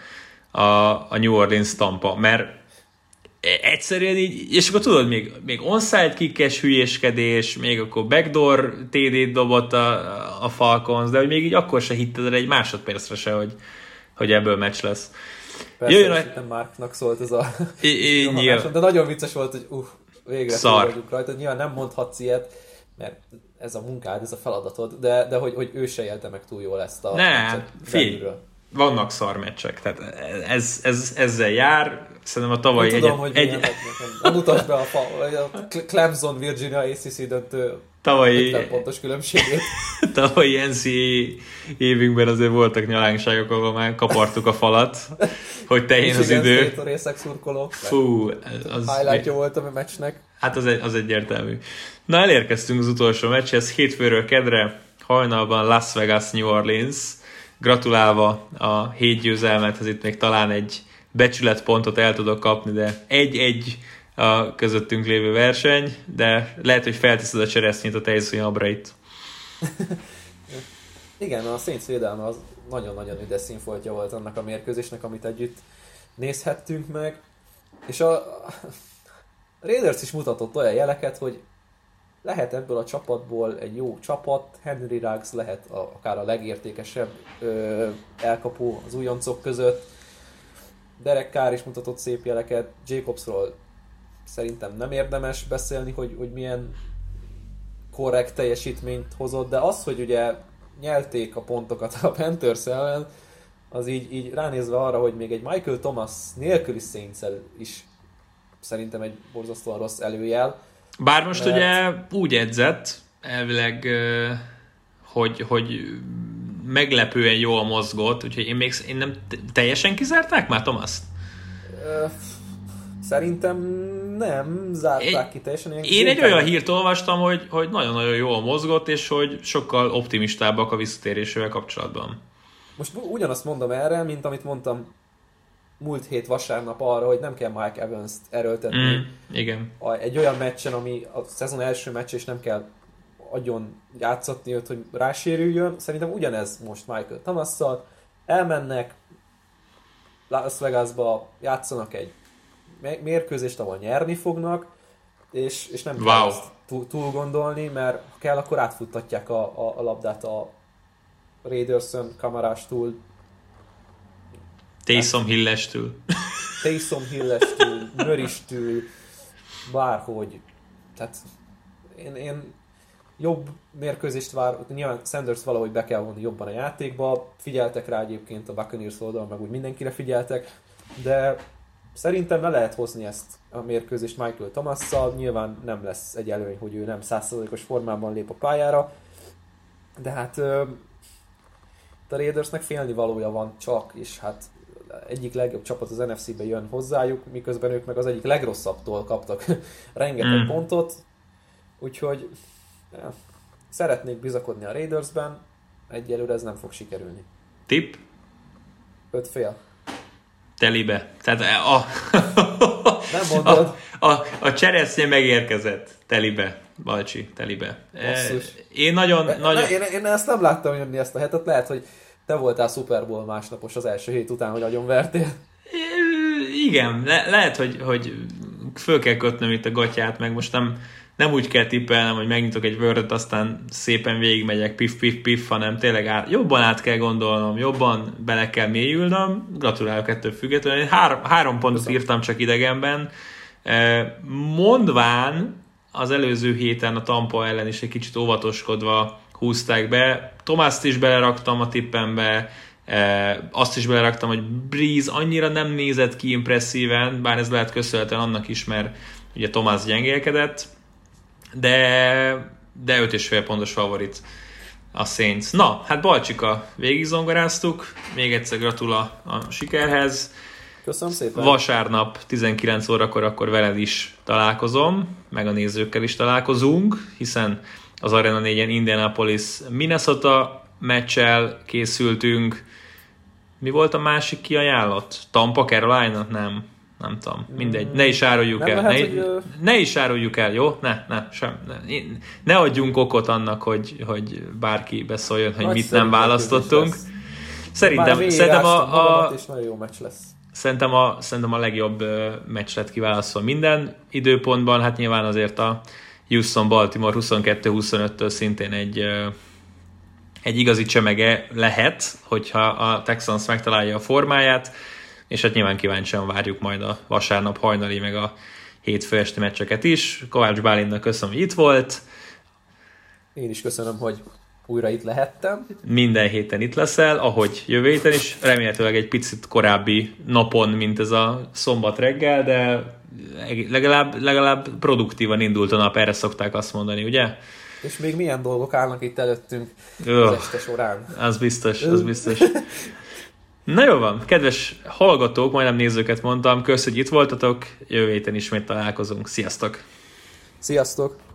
[SPEAKER 1] a New Orleans Tampa. Mert egyszerűen így, és akkor tudod, még onside kickes hülyéskedés, még akkor backdoor TD-t dobott a Falcons, de hogy még így akkor se hitted el egy másodpercre se, hogy ebből meccs lesz.
[SPEAKER 3] Persze, nem Marknak szólt ez a de nagyon vicces volt, hogy végre vagyunk rajta. Nyilván nem mondhatsz ilyet, mert ez a munkád, ez a feladatod, de hogy ő se élte meg túl jól ezt a
[SPEAKER 1] nem, vannak szar meccsek, tehát ezzel jár. Szerintem a tavalyi
[SPEAKER 3] tudom, hogy nem utasd be a Clemson Virginia ACC döntő 50 pontos különbségét.
[SPEAKER 1] Tavalyi NCAA évünkben azért voltak nyalánkságok, ahol már kapartuk a falat, hogy teljen az idő.
[SPEAKER 3] A részek szurkolók.
[SPEAKER 1] Fú,
[SPEAKER 3] az highlightja volt a meccsnek.
[SPEAKER 1] Hát az egyértelmű. Na, elérkeztünk az utolsó meccshez, hétfőről kedre, hajnalban Las Vegas, New Orleans. Gratulálva a 7 győzelmethez, itt még talán egy becsületpontot el tudok kapni, de 1-1 a közöttünk lévő verseny, de lehet, hogy feltiszed a cseresznyét a tejszonyabra itt.
[SPEAKER 3] Igen, a Saints védelme az nagyon-nagyon üdes színfoltja volt annak a mérkőzésnek, amit együtt nézhettünk meg, és a Raiders is mutatott olyan jeleket, hogy lehet ebből a csapatból egy jó csapat, Henry Ruggs lehet akár a legértékesebb elkapó az újoncok között, Derek Carr is mutatott szép jeleket, Jacobsról szerintem nem érdemes beszélni, hogy milyen korrekt teljesítményt hozott, de az, hogy ugye nyelték a pontokat a Panthers ellen, az így ránézve arra, hogy még egy Michael Thomas nélküli Saints-el is szerintem egy borzasztóan rossz előjel.
[SPEAKER 1] Bár most ugye úgy edzett, elvileg, hogy meglepően jól mozgott, úgyhogy én nem teljesen kizárták már Thomas-t?
[SPEAKER 3] Szerintem nem zárták ki teljesen.
[SPEAKER 1] Én egy olyan hírt olvastam, hogy nagyon-nagyon jól mozgott, és hogy sokkal optimistábbak a visszatérésével kapcsolatban.
[SPEAKER 3] Most ugyanazt mondom erre, mint amit mondtam múlt hét vasárnap arra, hogy nem kell Mike Evans-t erőltetni.
[SPEAKER 1] Igen.
[SPEAKER 3] Egy olyan meccsen, ami a szezon első meccs, és nem kell agyon játszatni őt, hogy rásérüljön. Szerintem ugyanez most Michael Thomasszal. Elmennek Las Vegasba, játszanak egy mérkőzést, ahol nyerni fognak, és nem kell ezt túl gondolni, mert ha kell, akkor átfuttatják a labdát a Raiderson, Kamarastól,
[SPEAKER 1] Taysom Hill-estől,
[SPEAKER 3] Murray-stől, bárhogy. Tehát én jobb mérkőzést vár, nyilván Sanders valahogy be kell vonni jobban a játékba, figyeltek rá egyébként a Buccaneers oldalon, meg úgy mindenkire figyeltek, de szerintem le lehet hozni ezt a mérkőzést Michael Thomasszal, nyilván nem lesz egy előny, hogy ő nem 100%-os formában lép a pályára, de hát a Raidersnek félni valója van csak, és hát egyik legjobb csapat az NFC-be jön hozzájuk, miközben ők meg az egyik legrosszabbtól kaptak rengeteg pontot, úgyhogy szeretnék bizakodni a Raidersben, egyelőre ez nem fog sikerülni.
[SPEAKER 1] Tipp?
[SPEAKER 3] 5,5.
[SPEAKER 1] Telibe. Tehát
[SPEAKER 3] nem mondod.
[SPEAKER 1] A cseresznye megérkezett. Telibe. Balcsi, telibe. Én
[SPEAKER 3] Én ezt nem láttam jönni ezt a hetet, lehet, hogy te voltál Super Bowl másnapos az első hét után, hogy agyon vertél.
[SPEAKER 1] Igen, lehet, hogy föl kell kötnöm itt a gatyát, meg most nem úgy kell tippelnem, hogy megnyitok egy Word-öt, aztán szépen végigmegyek piff, hanem tényleg jobban át kell gondolnom, jobban bele kell mélyülnöm. Gratulálok ettől függetlenül. Én 3 pontot írtam csak idegenben. Mondván az előző héten a Tampa ellen is egy kicsit óvatoskodva húzták be. Thomas-t is beleraktam a tippembe, azt is beleraktam, hogy Breeze annyira nem nézett ki impresszíven, bár ez lehet köszönhetően annak is, mert ugye Thomas gyengélkedett, de 5,5 pontos favorit a Saints. Na, hát Balcsika, végigzongoráztuk, még egyszer gratul a sikerhez.
[SPEAKER 3] Köszönöm szépen.
[SPEAKER 1] Vasárnap 19 órakor akkor veled is találkozom, meg a nézőkkel is találkozunk, hiszen az Arena 4-en Indianapolis Minnesota meccsel készültünk. Mi volt a másik kiajánlott? Tampa, Carolina? Nem tudom. Mindegy. Ne is áruljuk el. Ne is áruljuk el, jó? Ne adjunk okot annak, hogy bárki beszóljon, hogy mit nem választottunk. Szerintem
[SPEAKER 3] és nagyon jó meccs lesz.
[SPEAKER 1] Szerintem a legjobb meccs lett kiválasztva minden időpontban. Hát nyilván azért a Houston-Baltimore 22-25-től szintén egy igazi csemege lehet, hogyha a Texans megtalálja a formáját, és hát nyilván kíváncsian várjuk majd a vasárnap hajnali, meg a hétfő esti meccseket is. Kovács Bálintnak köszönöm, hogy itt volt.
[SPEAKER 3] Én is köszönöm, hogy újra itt lehettem.
[SPEAKER 1] Minden héten itt leszel, ahogy jövő héten is, remélhetőleg egy picit korábbi napon, mint ez a szombat reggel, de legalább produktívan indult a nap, erre szokták azt mondani, ugye?
[SPEAKER 3] És még milyen dolgok állnak itt előttünk az este során.
[SPEAKER 1] Az biztos. Na jó van, kedves hallgatók, majdnem nézőket mondtam, kösz, hogy itt voltatok, jövő héten ismét találkozunk, sziasztok!
[SPEAKER 3] Sziasztok!